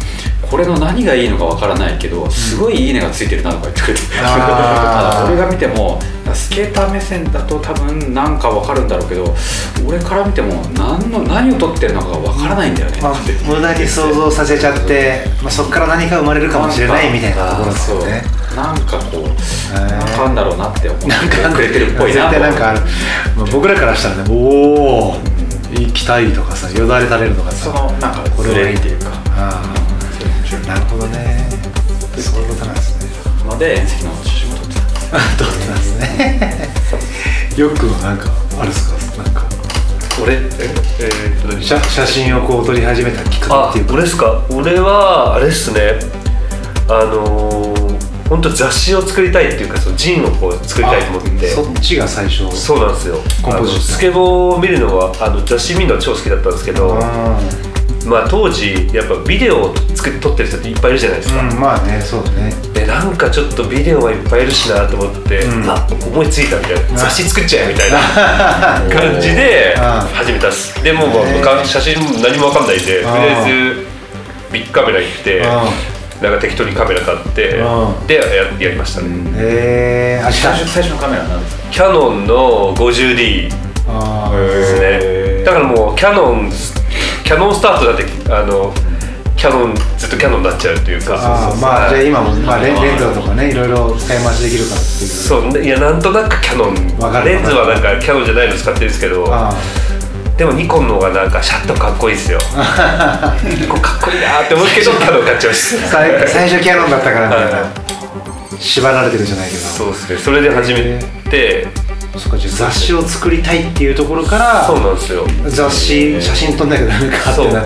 これの何がいいのかわからないけどすごいいいねがついてるなとか言ってくれて、うん、ただ俺が見てもスケーター目線だと多分なんかわかるんだろうけど俺から見ても何の何を撮ってるのかがわからないんだよね、 まあ、無駄に想像させちゃって、まあ、そこから何か生まれるかもしれないみたいなところですよね。 なんかこうなんかあんだろうなって思ってくれてるっぽいな。 絶対なんかある、まあ、僕らからしたらね、おお行きたいとかさ、よだれ垂れるとかさ、 そのなんかこれはいいっていうか、 ああなるほどね、そういうことなんですね。 ので遠赤の写真を撮ってたんです撮ってたんですねよくなんかあるっすか、なんか俺、ええー、 写, 写真をこう撮り始めたきっかけっていうか。 あ、俺ですか。俺はあれっすね、あのー本当雑誌を作りたいっていうか、そのジンをこう作りたいと思って。 そっちが最初。 そうなんですよ。 コンポジット。 スケボーを見るのはあの雑誌見るのは超好きだったんですけど、あまあ当時やっぱビデオを作撮ってる人っていっぱいいるじゃないですか、 うん、まあね、そうだね。 でなんかちょっとビデオはいっぱいいるしなと思って、うん、あ思いついたみたいな、雑誌作っちゃえみたいな感じで始めたっす。でももう写真何も分かんないで、とりあえずビッグカメラ行ってなんか適当にカメラ買ってで や, やりましたね。 へえー、 最初最初のカメラは何ですか？ キャノンの ごじゅうディー ですね。だからもうキャノンキャノンスタートだってあのキャノンずっとキャノンになっちゃうというか。 あそうそうそう、まあじゃあ今も、まあ、レ, レンズとかねいろいろ使い回しできるからっていう。 そういやなんとなくキャノンレンズはなんかキャノンじゃないの使ってるんですけど。でもニコンの方がなんかシャッとかっこいいですよニコンかっこいいなって思うけどキャノン買っちゃうし最, 最初キャノンだったからみたいな縛られてるじゃないけど。 そうですね、それで始めて、 そっか、じゃあ雑誌を作りたいっていうところからそうなんですよ、 雑誌写真撮んなきゃダメかってなって、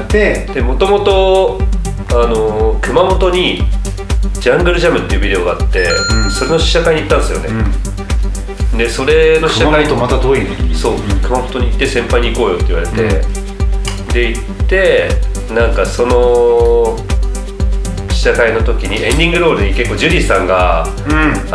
でもともとあの熊本にジャングルジャムっていうビデオがあって、うん、それの試写会に行ったんですよね、うん、でそれの試写会熊本また遠いね。 そう、うん、熊本に行って先輩に行こうよって言われて、うん、で行ってなんかその試写会の時にエンディングロールに結構ジュリーさんが、うん、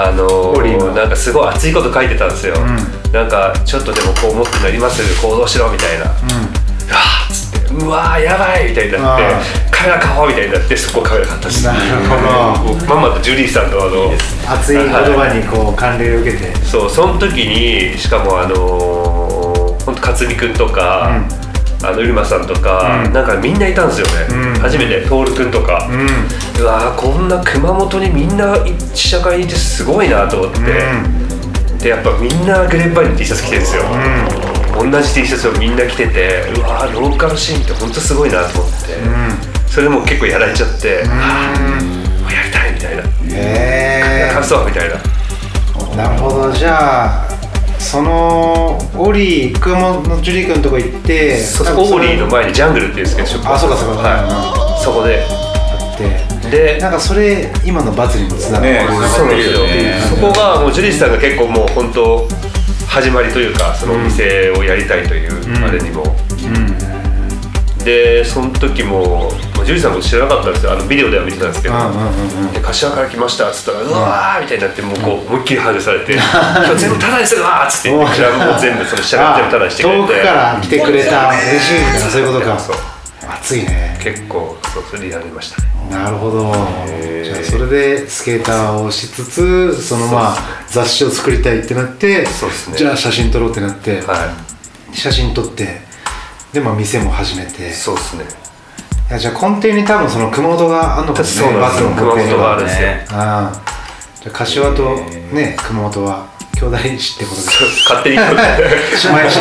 あのなんかすごい熱いこと書いてたんですよ、うん、なんかちょっとでもこう思ってなります行動しろみたいな、うん、うわーっつってうわーやばいみたいになってカメラ買おうみたいになってそこカメラ買ったし、 なるほど、 まんまとジュリーさんのあの熱い言葉にこう感銘を受けて、 そうその時にしかもあの本当勝美くんとか、うん、あのうるまさんとか、うん、なんかみんないたんですよね、うん、初めて徹くんとか、うん、うわーこんな熊本にみんな試写会にいてすごいなと思って、うん、でやっぱみんなグレープバインの T シャツ着てるんですよ、うん、同じ T シャツをみんな着ててうわーローカルシーンって本当すごいなと思って、うん、それも結構やられちゃって、うん、あやりたいみたいな、へー感想みたいな。 なるほど、じゃあそのオーリー熊本のジュリー君のとこ行って、 そうそうオーリーの前にジャングルっていうんですけど、 あそうかそうか、 はい、そこであってでなんかそれ今のバズにもつながってる、ね、 そうなんですよ、ね、そこがもうジュリーさんが結構もう本当始まりというかそのお店をやりたいという、うん、あれにも、うん、でその時もジュリーさんも知らなかったんですよ、あのビデオでは見てたんですけど、うんうんうんうん、で柏から来ましたっつったら、うん、うわーみたいになってもうこう思いっきりハグされて今日全部タダにするわーっつってクラブも全部その試写会全部タダにしてくれて遠くから来てくれた嬉しいみたいな、そういうことか。そう熱いね、 結構そうそれでやりましたね。 なるほど、じゃあそれでスケーターをしつつそのまあ雑誌を作りたいってなって、 そうですね、 じゃあ写真撮ろうってなって、 はい、 写真撮ってで、まあ、店も始めて、 そうですね、 いやじゃあ根底に多分その熊本があるのかもね、 そうなんですよ、熊本があるんですよ、 あじゃあ柏とね熊本は兄弟子ってことで勝手に姉妹姉妹都市って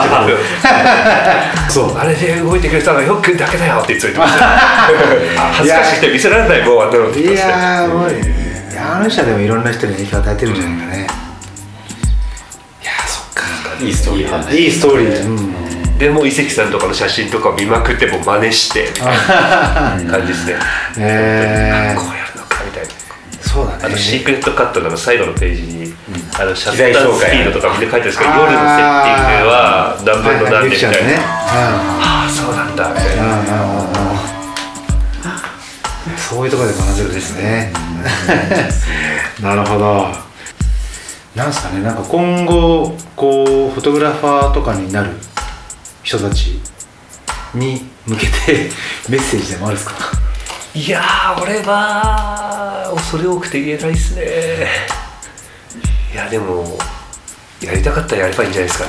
ことそうあれで動いてくれたのはよくだけだよって言ってました恥ずかしくて見せられないもうあんなのって言ってました。いやーもういやあの人でもいろんな人に影響を与えてるんじゃないかね、うん、いやそっかいいストーリー、 いいストーリー、うん、 でも伊関さんとかの写真とか見まくっても真似してみたいな感じですねえー、 こうやるのかみたいな。 そうだね、 あのシークレットカットの最後のページに、うん、あのシャッタースピードとかみんな書いてるんですけど、夜のセッティングは何分の何でみたいな、はいはい、ああそうなんだみたいな、 そういうところで学べるんですねなるほど。なんですかね、なんか今後こうフォトグラファーとかになる人たちに向けてメッセージでもあるんですか？ いやー俺は恐れ多くて言えないっすね。いやでもやりたかったらやればいいんじゃないですかね。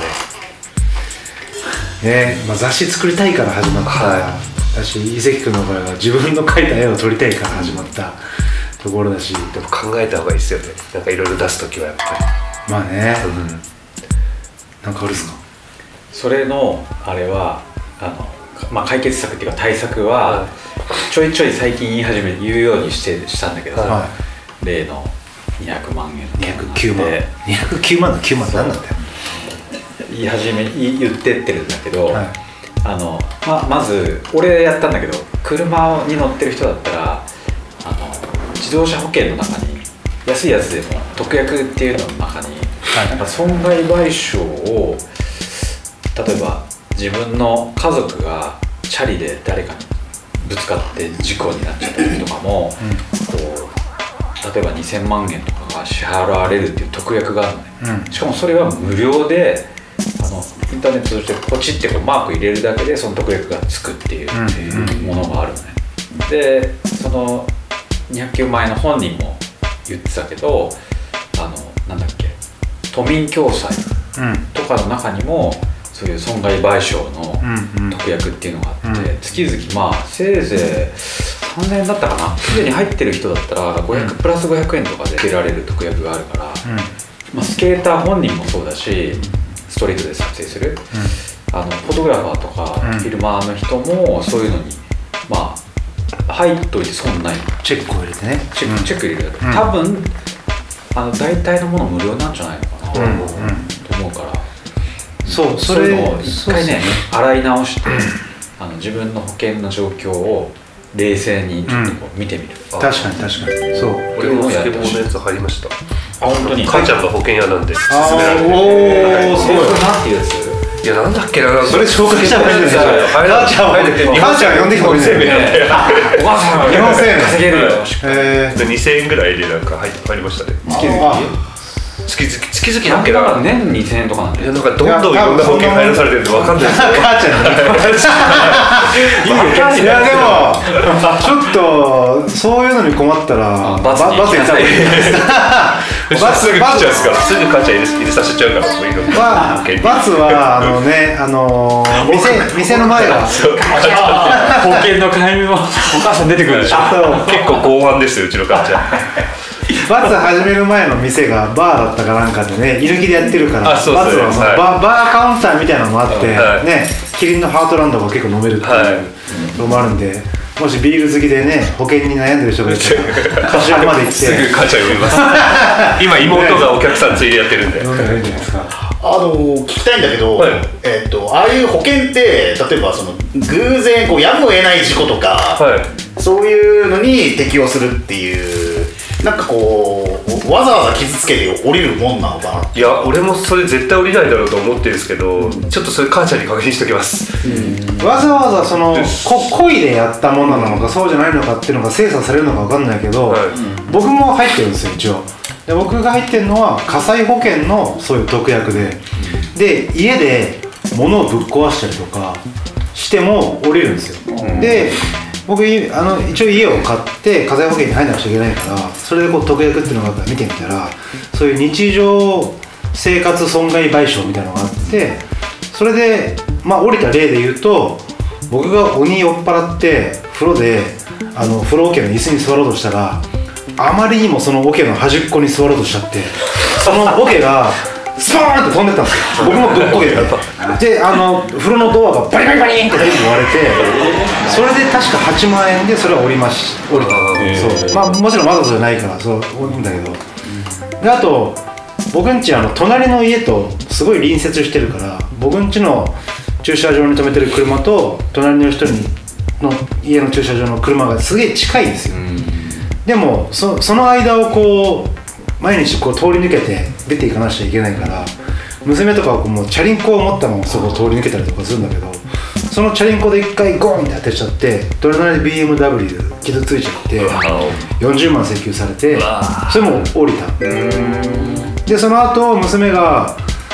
ね、まあ、雑誌作りたいから始まった、はい、だし伊関君の場合は自分の描いた絵を撮りたいから始まったところだし、 でも考えた方がいいですよね。なんかいろいろ出すときはやっぱりまあね、うん、なんかあるっすか。 それのあれはあの、まあ、解決策っていうか対策は、はい、ちょいちょい最近言い始め言うようにしてしたんだけど、はい、例のにひゃくまんえんのにひゃくきゅうまんにひゃくきゅうまんのきゅうまんって何なんだよ。 言い始め言ってってるんだけど、はい、あの ま, まず俺やったんだけど、車に乗ってる人だったらあの自動車保険の中に安いやつでも特約っていうのの中に、はい、なんか損害賠償を例えば自分の家族がチャリで誰かにぶつかって事故になっちゃった時とかも、うん、こう例えばにせんまんえんとかが支払われるっていう特約があるのね、うん、しかもそれは無料であのインターネットとしてポチってこうマーク入れるだけでその特約がつくっていう、うん、ものがあるのね。でそのにひゃくきゅうまんえんの本人も言ってたけど、あのなんだっけ都民共済とかの中にもそういう損害賠償の特約っていうのがあって、うん、月々まあせいぜいさんぜんえんだったかな、すでに入ってる人だったらごひゃくプラスごひゃくえんとかで受けられる特約があるから、うんまあ、スケーター本人もそうだしストリートで撮影する、うん、あのフォトグラファーとか、うん、フィルマーの人もそういうのにまあ入っといて損ない。 チェックを入れてね。 チェック、チェック入れるだけ、うん、多分あの大体のもの無料なんじゃないのかな、うんうん、と思うから。そう、それを一回ね洗い直してあの自分の保険の状況を冷静にちょっとこう見てみる、 うん、確かに確かにそう。 俺もスケボーのやつ入りました。 あ、本当に母ちゃんが保険屋なんで勧められて。 おお、すごい。なんていうやつ？ いやなんだっけな、 それ紹介した方がいいんですよ。母ちゃん母ちゃん呼んできた方がいいんですよ。 お母さんが日本生命稼げるよ。 えー、にせんえんぐらいでなんか入りましたね。月々月々月々だっけな。 年にせんえんとかなんで。 いやなんかどんどんいろんな保険入らされてるんで分かんないです。 母ちゃんいやでもちょっとそういうのに困ったらバツにバツにした方がいいです。 バツすぐ来ちゃうですから、すぐ母ちゃん入れさせちゃうからそういうの。 バツはあのねあの店店の前は保険の介入もお母さん出てくるでしょ。 結構剛腕ですようちの母ちゃん。 バツ始める前の店がバーだったかなんかでね、居抜きでやってるから、バツはその、はい、バ, バーカウンターみたいなのもあって、はい、ね、キリンのハートランドが結構飲めるっていうのもあるんで、はい、もしビール好きでね、保険に悩んでる人がいたら柏まで行ってすぐ母ちゃん呼びます。今妹がお客さんついでやってるんで。 飲んだらいいんじゃないですか。 あの聞きたいんだけど、はい、えー、とああいう保険って例えばその偶然こうやむを得ない事故とか、はい、そういうのに適用するっていう、なんかこうわざわざ傷つけて降りるもんなのかな。 いや俺もそれ絶対降りないだろうと思ってるんですけど、うん、ちょっとそれ母ちゃんに確認しておきます、 うん、わざわざその故意でやったものなのかそうじゃないのかっていうのが精査されるのか分かんないけど、はい、僕も入ってるんですよ一応。で僕が入ってるのは火災保険のそういう特約で、で家で物をぶっ壊したりとかしても降りるんですよ、うん、で僕あの一応家を買って火災保険に入らなくちゃいけないから、それでこう特約っていうのがあったら見てみたら、そういう日常生活損害賠償みたいなのがあって、それでまあ降りた例で言うと、僕が鬼酔っ払って風呂であの風呂桶の椅子に座ろうとしたら、あまりにもその桶の端っこに座ろうとしちゃって、その桶がスポーンって飛んでったんですよ。僕もどっこけてで、あの風呂のドアがバリバリバリンって全部割れて、それで確かはちまんえんでそれは降りまし降りた。そう、まあもちろんわざとじゃないからそう降るんだけど、であと僕んちあの隣の家とすごい隣接してるから、僕んちの駐車場に止めてる車と隣の人にの家の駐車場の車がすげえ近いんですよ。でも そ, その間をこう毎日こう通り抜けて出ていかなくちゃいけないから、娘とかはこうもうチャリンコを持ったままそこを通り抜けたりとかするんだけど、そのチャリンコで一回ゴーンって当てちゃって、隣で ビーエムダブリュー 傷ついちゃってよんじゅうまん請求されて、それも降りた。でその後娘が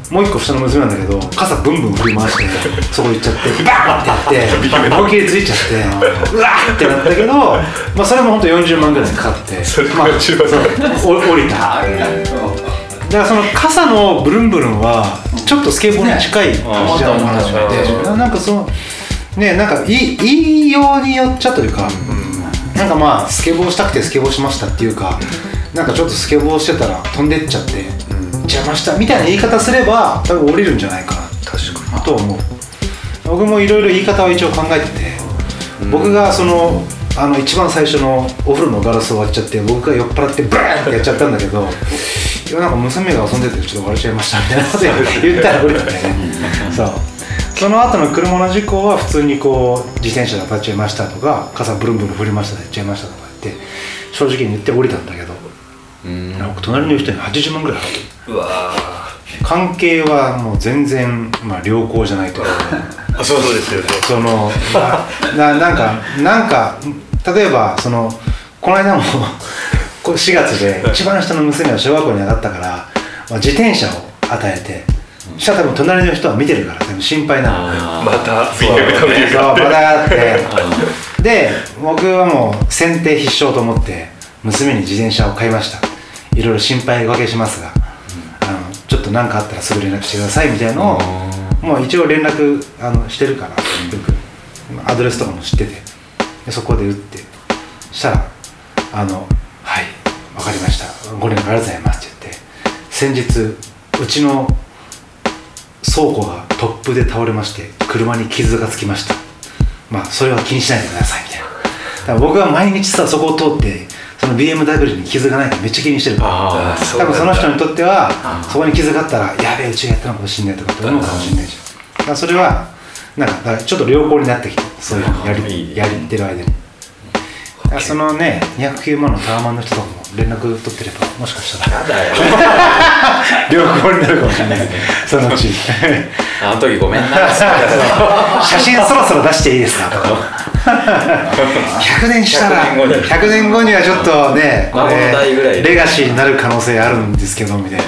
もう一個下の娘なんだけど傘ブンブン振り回してそこ行っちゃってバーンってやって思いっきりついちゃってうわーってなったけど、まあ、それもほんとよんじゅうまんぐらいかかってそれが一番降りた。だからその傘のブルンブルンはちょっとスケボーに近い感じじゃん話で、なんかそのねなんかいいいいようによっちゃというか、なんかまあスケボーしたくてスケボーしましたっていうか、なんかちょっとスケボーしてたら飛んでっちゃって邪魔したみたいな言い方すれば多分降りるんじゃないかな確かにと思う。僕もいろいろ言い方は一応考えてて、僕がそのあの一番最初のお風呂のガラスを割っちゃって僕が酔っ払ってバーンってやっちゃったんだけどいやなんか娘が遊んでてちょっと割れちゃいましたみたいなこと言ったら降りたんだよねそうその後の車の事故は普通にこう自転車で当たっちゃいましたとか傘ブルンブルン振りましたでやっちゃいましたとか言って正直に言って降りたんだけど、うん隣の人にはちじゅうまんぐらい払ってる。 うわ関係はもう全然、まあ、良好じゃないとあそうですよね。 そのな, なんかなんか例えばそのこの間もこれしがつで一番下の娘は小学校に上がったから、まあ、自転車を与えてそしたら多分隣の人は見てるから多分心配なのまたそうそうまたあってで僕はもう先手必勝と思って娘に自転車を買いました。いろいろ心配おかけしますが、あのちょっと何かあったらすぐ連絡してくださいみたいなのをもう一応連絡あのしてるからよくアドレスとかも知っててでそこで打ってしたらあのはい分かりましたご連絡ありがとうございますって言って先日うちの倉庫が突風で倒れまして車に傷がつきました。まあそれは気にしないでくださいみたいな。だから僕は毎日さそこを通ってその ビーエムダブリュー に傷がないかめっちゃ気にしてるから多分その人にとってはそこに傷があったらやべえうちがやったのかもしれないとかって思うかもしれないじゃん。だからそれはなんかだからちょっと良好になってきてそういうのやりやりってる間にそのねにひゃくきゅうまんのタワマンの人とかも連絡取ってればもしかしたらやだよ良好になるかもしれないですねそのうちあの時ごめんな写真そろそろ出していいですかとかひゃくねんしたらひゃくねんごにはちょっとねこれレガシーになる可能性あるんですけどみたいな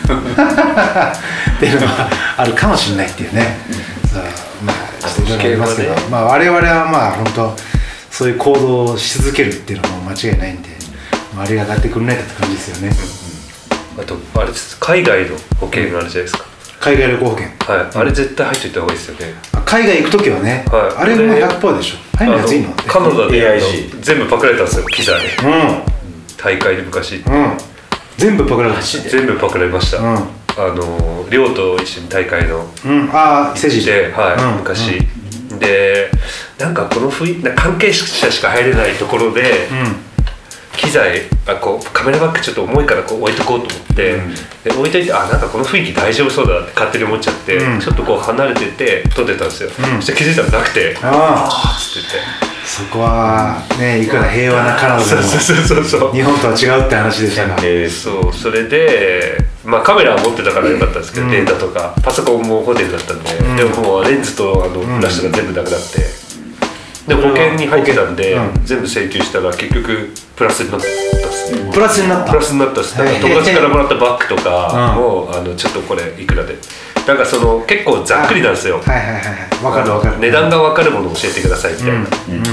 っていうのはあるかもしれないっていうねさあまあちょっといろいろありますけど、まあ、我々はまあ本当そういう行動をし続けるっていうのも間違いないんで周りが上がってくれないかって感じですよね、 うん、あとあれです海外の保険があるじゃないですか、 海外旅行保険はい、あれ絶対入っといた方がいいですよね。 海外行くときはね、はい、あれも ひゃくパーセント でしょ入るやついいのってカナダで エーアイジー 全部パクられたんですよ機材、うん、大会で昔、うん、 全部パクられた全部パクられました、うん、あの寮と一緒に大会の、 うん、ああセジで、はい、うん、昔、うん、でなんかこの雰囲気関係者しか入れないところで、うん機材あこうカメラバッグちょっと重いからこう置いとこうと思って、うん、で置いといてあなんかこの雰囲気大丈夫そうだって勝手に思っちゃって、うん、ちょっとこう離れてて撮ってたんですよ、うん、そして気づいたらなくてああつっててそこはねいくら平和なカナダでも日本とは違うって話でしたが、 えー、そうそれでまあカメラは持ってたからよかったんですけど、うん、データとかパソコンもホテルだったんで、うん、でももうレンズとあのフラッシュが全部なくなって、うん、で保険に入ってたんで、うん、全部請求したら結局プラスになったっすね。 プラスになったプラスになったっす。だから友達からもらったバッグとかも、うん、あのちょっとこれいくらでなんかその結構ざっくりなんですよ。 はいはいはいはい分かる分かる値段が分かるものを教えてくださいみたいな、うんうん、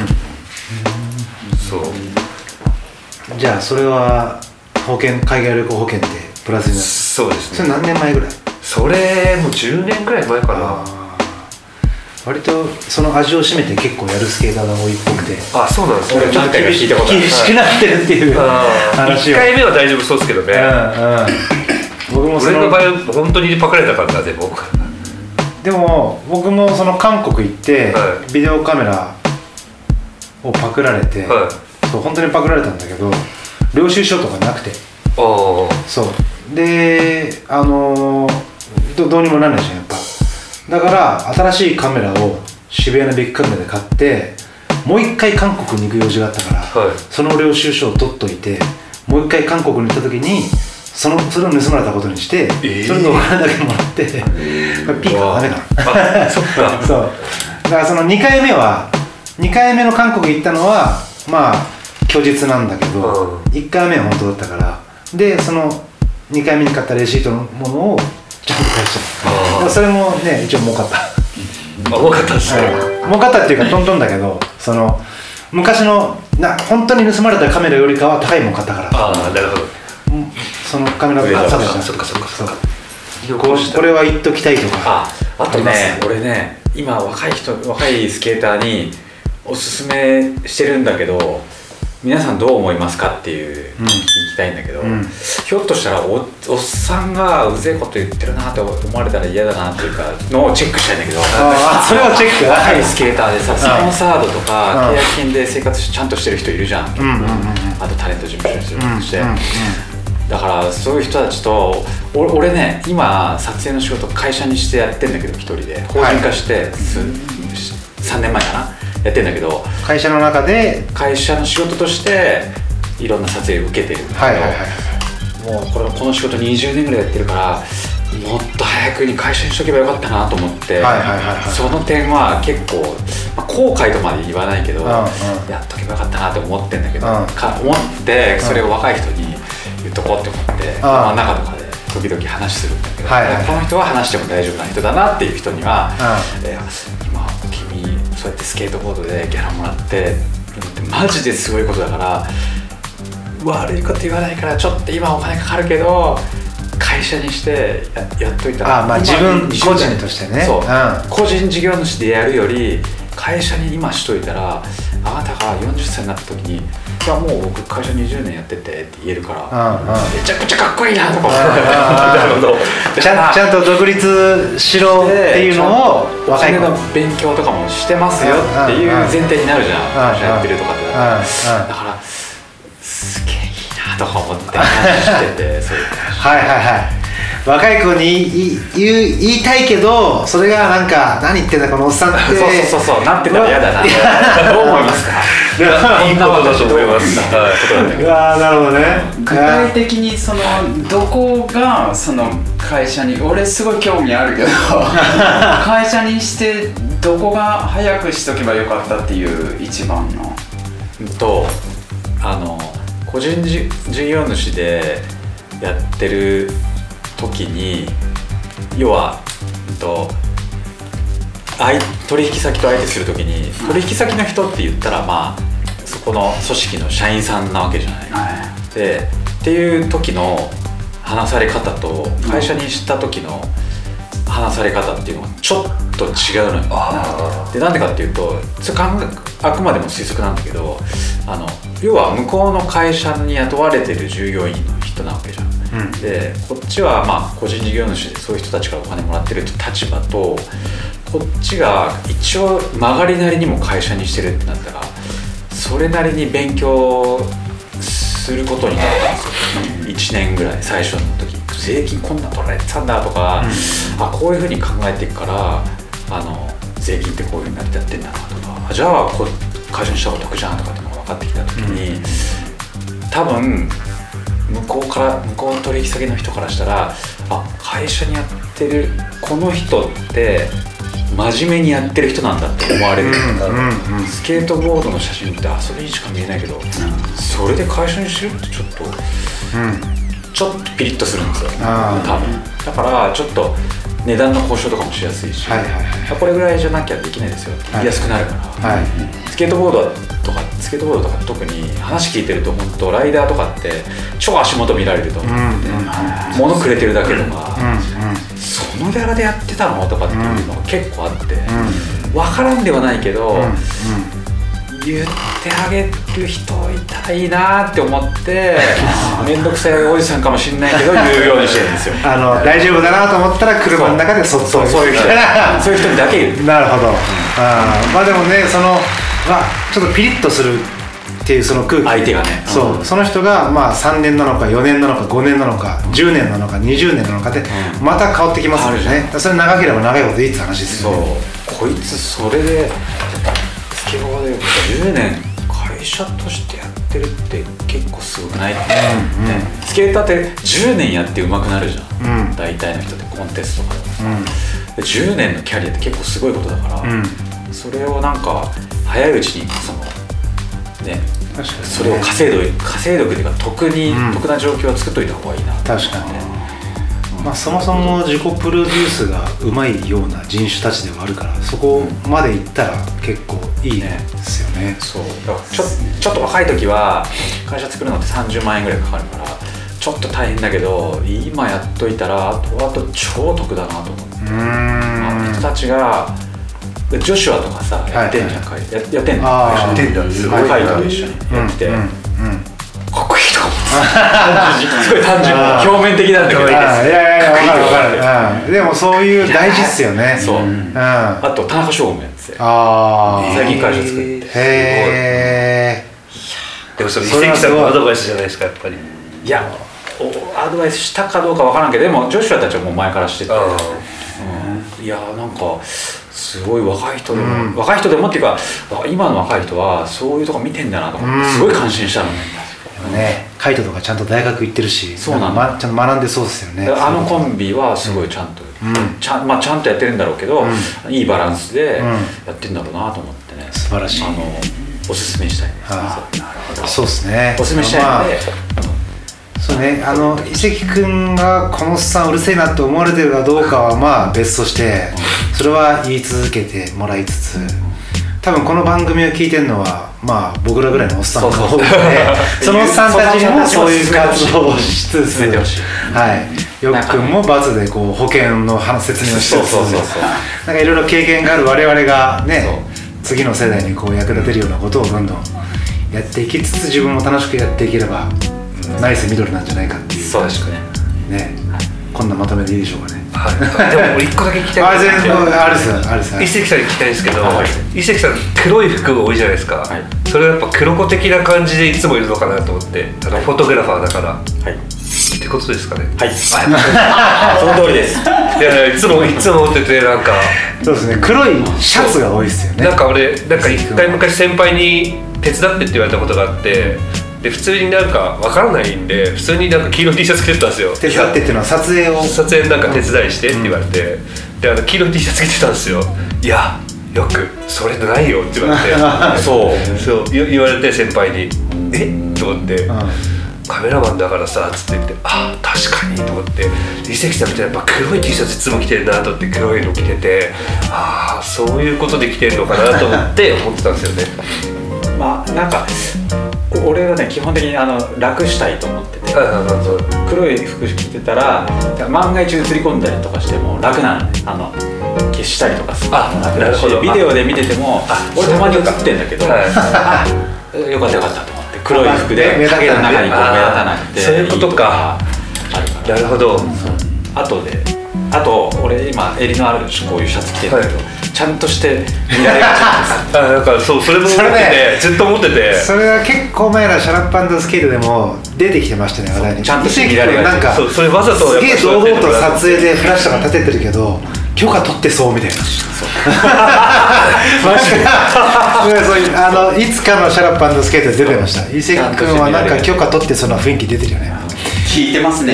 そうじゃあそれは保険海外旅行保険ってプラスになったそうですね。 それ何年前ぐらいそれもうじゅうねんぐらい前かな。 割とその味を占めて結構やるスケーターが多いっぽくてあそうなんですね。ちょっと厳しい厳しくなってるっていう話をいっかいめは大丈夫そうですけどね、うんうん、僕もその俺の場合本当にパクられたからなでもでも僕もその韓国行って、はい、ビデオカメラをパクられて、はい、そう本当にパクられたんだけど領収書とかなくてあそうであのー、ど, どうにもなんないじゃんやっぱだから新しいカメラを渋谷のビッグカメラで買ってもう一回韓国に行く用事があったから、はい、その領収書を取っといてもう一回韓国に行った時にそのそれを盗まれたことにして、えー、それのお金だけもらって、えー、ピークはダメかなそっかそうだからそのにかいめはにかいめの韓国行ったのはまあ虚実なんだけど、うん、いっかいめは本当だったからでそのにかいめに買ったレシートのものをちちゃんと返して、それもね一応儲かった。 あ、儲かったですね。 儲かったっていうかトントンだけど、その昔のな本当に盗まれたカメラよりかは高いもん買ったから。 ああ、なるほど。 そのカメラがあ、そっかそっかそっかそっか。 これは言っときたいとか。 あ、あとね、俺ね、今若い人、若いスケーターにおすすめしてるんだけど、皆さんどう思いますかっていうのを聞きたいんだけど、うん、ひょっとしたら お, おっさんがうぜえこと言ってるなって思われたら嫌だなっていうかのをチェックしたいんだけど、 あ、それはチェック。 若いスケーターでさ、スポンサードとか契約金で生活ちゃんとしてる人いるじゃん、うんうんうん、あとタレント事務所にして、うんうんうん、だからそういう人たちと俺, 俺ね、今撮影の仕事会社にしてやってんだけど、一人で法人化して、はい、さんねんまえかなやってんだけど、 会社の中で会社の仕事としていろんな撮影を受けてるんだけど、はいはいはい、もうこれこの仕事にじゅうねんぐらいやってるから、もっと早くに会社にしとけばよかったなと思って、はいはいはいはい、その点は結構、まあ、後悔とまで言わないけど、うんうん、やっとけばよかったなって思ってんだけど、うん、か思ってそれを若い人に言っとこうって思って、うん、真ん中とかで時々話するんだけど、はいはいはい、この人は話しても大丈夫な人だなっていう人には、うん、え今君そうやってスケートボードでギャラもらってマジですごいことだから、悪いこと言わないからちょっと今お金かかるけど会社にして や, やっといたら、 あ、まあ、自分個人としてね、 そう、うん、個人事業主でやるより会社に今しといたら、あなたがよんじゅっさいになった時に、いやもう僕会社にじゅうねんやっててって言えるから、うんうん、めちゃくちゃかっこいいなとか思ってなるほどちゃん、ちゃんと独立しろっていうのを若い子の勉強とかもしてますよっていう前提になるじゃん、会社やってるとかってだから、だからすげえいいなとか思って話しててそういうはいはいはい、若い子に 言, 言, 言いたいけど、それがなんか何言ってんだこのおっさんってそうそうそうそうなってたら嫌だなどう思いますかいいことだと思います。 うわー、なるほどね。 具体的にそのどこがその会社に、俺すごい興味あるけど会社にしてどこが早くしとけばよかったっていう一番のと、あの個人事業主でやってる時に、要はと取引先と相手する時に、取引先の人って言ったらまあそこの組織の社員さんなわけじゃない、はい、でっていう時の話され方と会社にした時の話され方っていうのがちょっと違うのよ。でなんでかっていうと、それあくまでも推測なんだけど、あの要は向こうの会社に雇われてる従業員の人なわけじゃん。うん、でこっちはまあ個人事業主でそういう人たちからお金もらってるって立場と、こっちが一応曲がりなりにも会社にしてるってなったら、それなりに勉強することになったんですよ。いちねんぐらい最初の時、税金こんな取られてたんだとか、うん、あこういうふうに考えていくから、あの税金ってこういうふうになってやってんだなとか、じゃあこ会社にした方が得じゃんとかってのが分かってきた時に、うん、多分向こうから向こうの取引先の人からしたら、あ会社にやってるこの人って真面目にやってる人なんだって思われる、うんうんうん、スケートボードの写真ってあそれにしか見えないけど、うん、それで会社にしてるってちょっと、うん、ちょっとピリッとするんですよ多分。だからちょっと値段の交渉とかもしやすいし、はいはいはい、これぐらいじゃなきゃできないですよって言いやすくなるから、はいはい、スケートボードとかスケートボードとか特に話聞いてると、本当ライダーとかって超足元見られると思って、うんうん、物くれてるだけとか、うんうん、そのギャラでやってたのとかっていうのが結構あって、うん、分からんではないけど、うんうん、言ってあげる人いたらいいなって思って面倒くさいおじさんかもしれないけど言うようにしてるんですよあの大丈夫だなと思ったら車の中でそっとそうそういう人そういう人にだけ言うなるほど、うん、あまあでもね、そのまあ、ちょっとピリッとするっていうその空気、 相手がね、 そう、うん、その人がまあさんねんなのかよねんなのかごねんなのかじゅうねんなのかにじゅうねんなのかでまた変わってきますよね、うん、それ長ければ長いほどいいって話ですよね。 そう、こいつそれでスケボーでじゅうねん会社としてやってるって結構すごくないって、うんね、うん、スケーターってじゅうねんやって上手くなるじゃん、うん、大体の人ってコンテストとかでもさ、うん、じゅうねんのキャリアって結構すごいことだから、うん、それをなんか早いうちにそのね、確かにね、それを稼いど稼いどくっていうか得に、うん、得な状況を作っといた方がいいな。 確かにね、 まあ、そもそも自己プロデュースがうまいような人種たちではあるから、そこまでいったら結構いいですよね。 そうだからちょ、ちょっと若い時は会社作るのってさんじゅうまんえんぐらいかかるからちょっと大変だけど、今やっといたらあとあと超得だなと思って。うーん、あの人たちがジョシュアとかさやってんじゃん、はいはい、や, やってんのあやってんだ、 すごい若い人と一緒にやって、うんうんうん、かっこいいと思ってすごい単純表面的なんだけど、いやいやいや分かる分かる、でもそういう大事っすよね。 そう、うん、あと田中翔もやってて、 あ最近会社作って、 へー、でもそれ伊関さんのアドバイスじゃないですか、やっぱり。 いやアドバイスしたかどうか分からんけど、でもジョシュアたちはもう前からしてて、うん、いやなんかすごい若い人でも、うん、若い人でもっていうか今の若い人はそういうとこ見てんだなと思って、うん、すごい感心したのね。 ね、カイトとかちゃんと大学行ってるし、 そうなんだ、 ま、ちゃんと学んでそうですよね。 あのコンビはすごいちゃんと、うん、ちゃん、まあ、ちゃんとやってるんだろうけど、うん、いいバランスでやってるんだろうなと思ってね、 素晴らしい。 あのおすすめしたいね。 ああ、なるほど。そうですね、 おすすめしたいので、まあ、そうね、あの伊関君がこのおっさんうるせえなって思われてるかどうかはまあ別として、それは言い続けてもらいつつ、多分この番組を聞いてるのはまあ僕らぐらいのおっさんが多くて、そのおっさんたちにもそういう活動をしつつ、はい、よっくんもバツでこう保険の説明をしつつ、なんかいろいろ経験がある我々がね、次の世代にこう役立てるようなことをどんどんやっていきつつ、自分も楽しくやっていければ、うん、ナイスミドルなんじゃないかっていう。 そうですね。 ね、こんなまとめでいいでしょうかね。 はい、でも俺一個だけ聞きたい。 あ、全然あるですあるです。 伊関さんに聞きたいんですけど、はい、伊関さん黒い服が多いじゃないですか。はい、それはやっぱ黒子的な感じでいつもいるのかなと思って、あのフォトグラファーだから。はい。ってことですかね。 はい。その通りです。 いやいつもいつも持っててなんか。 そうですね。黒いシャツが多いですよね。 なんか俺なんか一回昔先輩に手伝ってって言われたことがあって。で普通になんか分からないんで普通になんか黄色い T シャツ着てたんですよ。 手伝ってっていうのは撮影を撮影なんか手伝いしてって言われて、うん、であの黄色い T シャツ着てたんですよ。いやよくそれないよって言われてそうそう言われて先輩にえっと思って、うん、カメラマンだからさつって言ってあ確かにと思って伊関さんみたいなやっぱ黒い T シャツいつも着てるなと思って黒いの着ててああそういうことで着てるのかなと思って思ってたんですよね。 まあなんか俺はね基本的にあの楽したいと思ってて、黒い服着てたら万が一映り込んだりとかしても楽なのね。あの消したりとかするあ楽だし、ビデオで見てても俺たまに映ってんだけど、はい、あよかったよかったと思って黒い服で影の中にこう目立たなくてそういうことかあるから。 なるほど。 あとであと俺今襟のあるこういうシャツ着てるんだけど、はい、ちゃんとして見られがちなんです。 あなんかそうそれも思ってて、ね、ずっと思っててそれは結構前らシャラッパンスケートでも出てきてましたね話題に。 ちゃんとして見られがちなんかそうそれわざとすげえ堂々と撮影でフラッシュとか立ててるけど許可取ってそうみたいな。マジでそういうあのいつかのシャラッパンスケートで出てました。伊関君はなんか許可取ってそうな雰囲気出てるよね。 聞いてますね。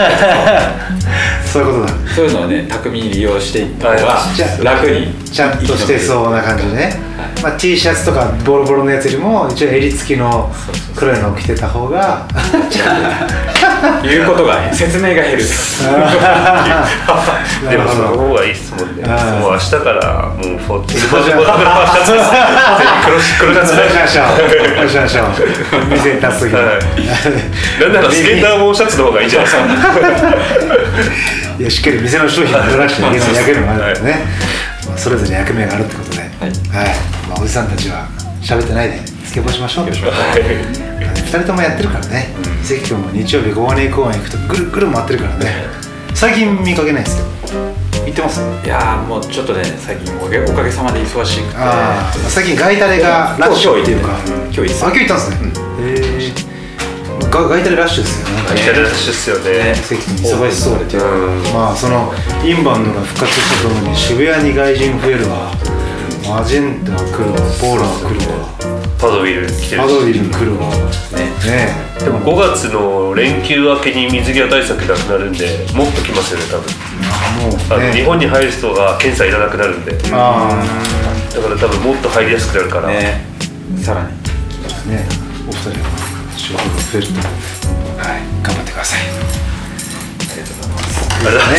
そういうことだ。 そういうのをね巧みに利用していった方が楽にちゃんとしてそうな感じでね、はいまあ、T シャツとかボロボロのやつよりも一応襟付きの黒いのを着てた方が言うことが説明が減る。 でもその方がいいっすもんね。もう明日からもうフォトグラファーシャツです黒シャツでおしましょう店に立つ時になんならスケーターもシャツの方がいいじゃないですか。 いやしっかり店の商品を売らなくちゃいけない役目もあるからね、はいまあ、それぞれ役目があるってことで、はいはいまあ、おじさんたちは喋ってないでスケボーしましょう。はい、ふたりともやってるからね。関君も日曜日ゴーネー公園行くとぐるぐる回ってるからね。最近見かけないんですけど行ってます？ いやーもうちょっとね最近おかげ、おかげさまで忙しくてあ最近ガイタレがラッシュっていうか今日行ってあ今日行ったんですね、うん、へーガ, ガイタレラッシュですよね。 ガイタレラッシュですよね。 関君忙しそうで、うん、まあそのインバウンドが復活したとともに渋谷に外人増えるわ、マジェンタ来るわ、ポーラー来るわ、 パドウィル来てるしパドウィル来るわね。ねでもごがつの連休明けに水際対策なくなるんでもっと来ますよね多分。もう、ね、あの日本に入る人が検査いらなくなるんであだから多分もっと入りやすくなるから、ね、 さらにねお二人は仕事が増えると思うので、はい、頑張ってください。 ありがとうございます。 りがとうございます。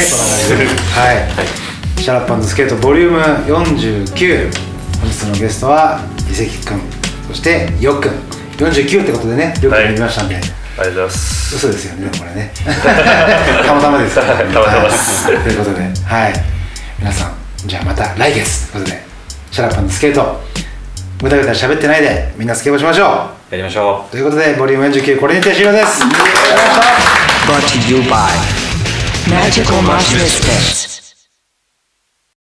はい、はい、シャラッパンズスケートボリュームよんじゅうきゅう、本日のゲストは伊関くん、そしてよっくん、よんじゅうきゅうってことでね、よく見ましたんで、はい、 ありがとうございます。 嘘ですよね、でもこれねたまたまですから、ね、 たまたまです、 はい、ということで、はい、皆さんじゃあまた来月ということで、シャラッパンズスケートぐだぐだ喋ってないでみんなスケボーしましょう、やりましょうということで、ボリュームよんじゅうきゅうこれにて終了です。ありがとうございました。 Brought to you by Magical Mushroom Steps.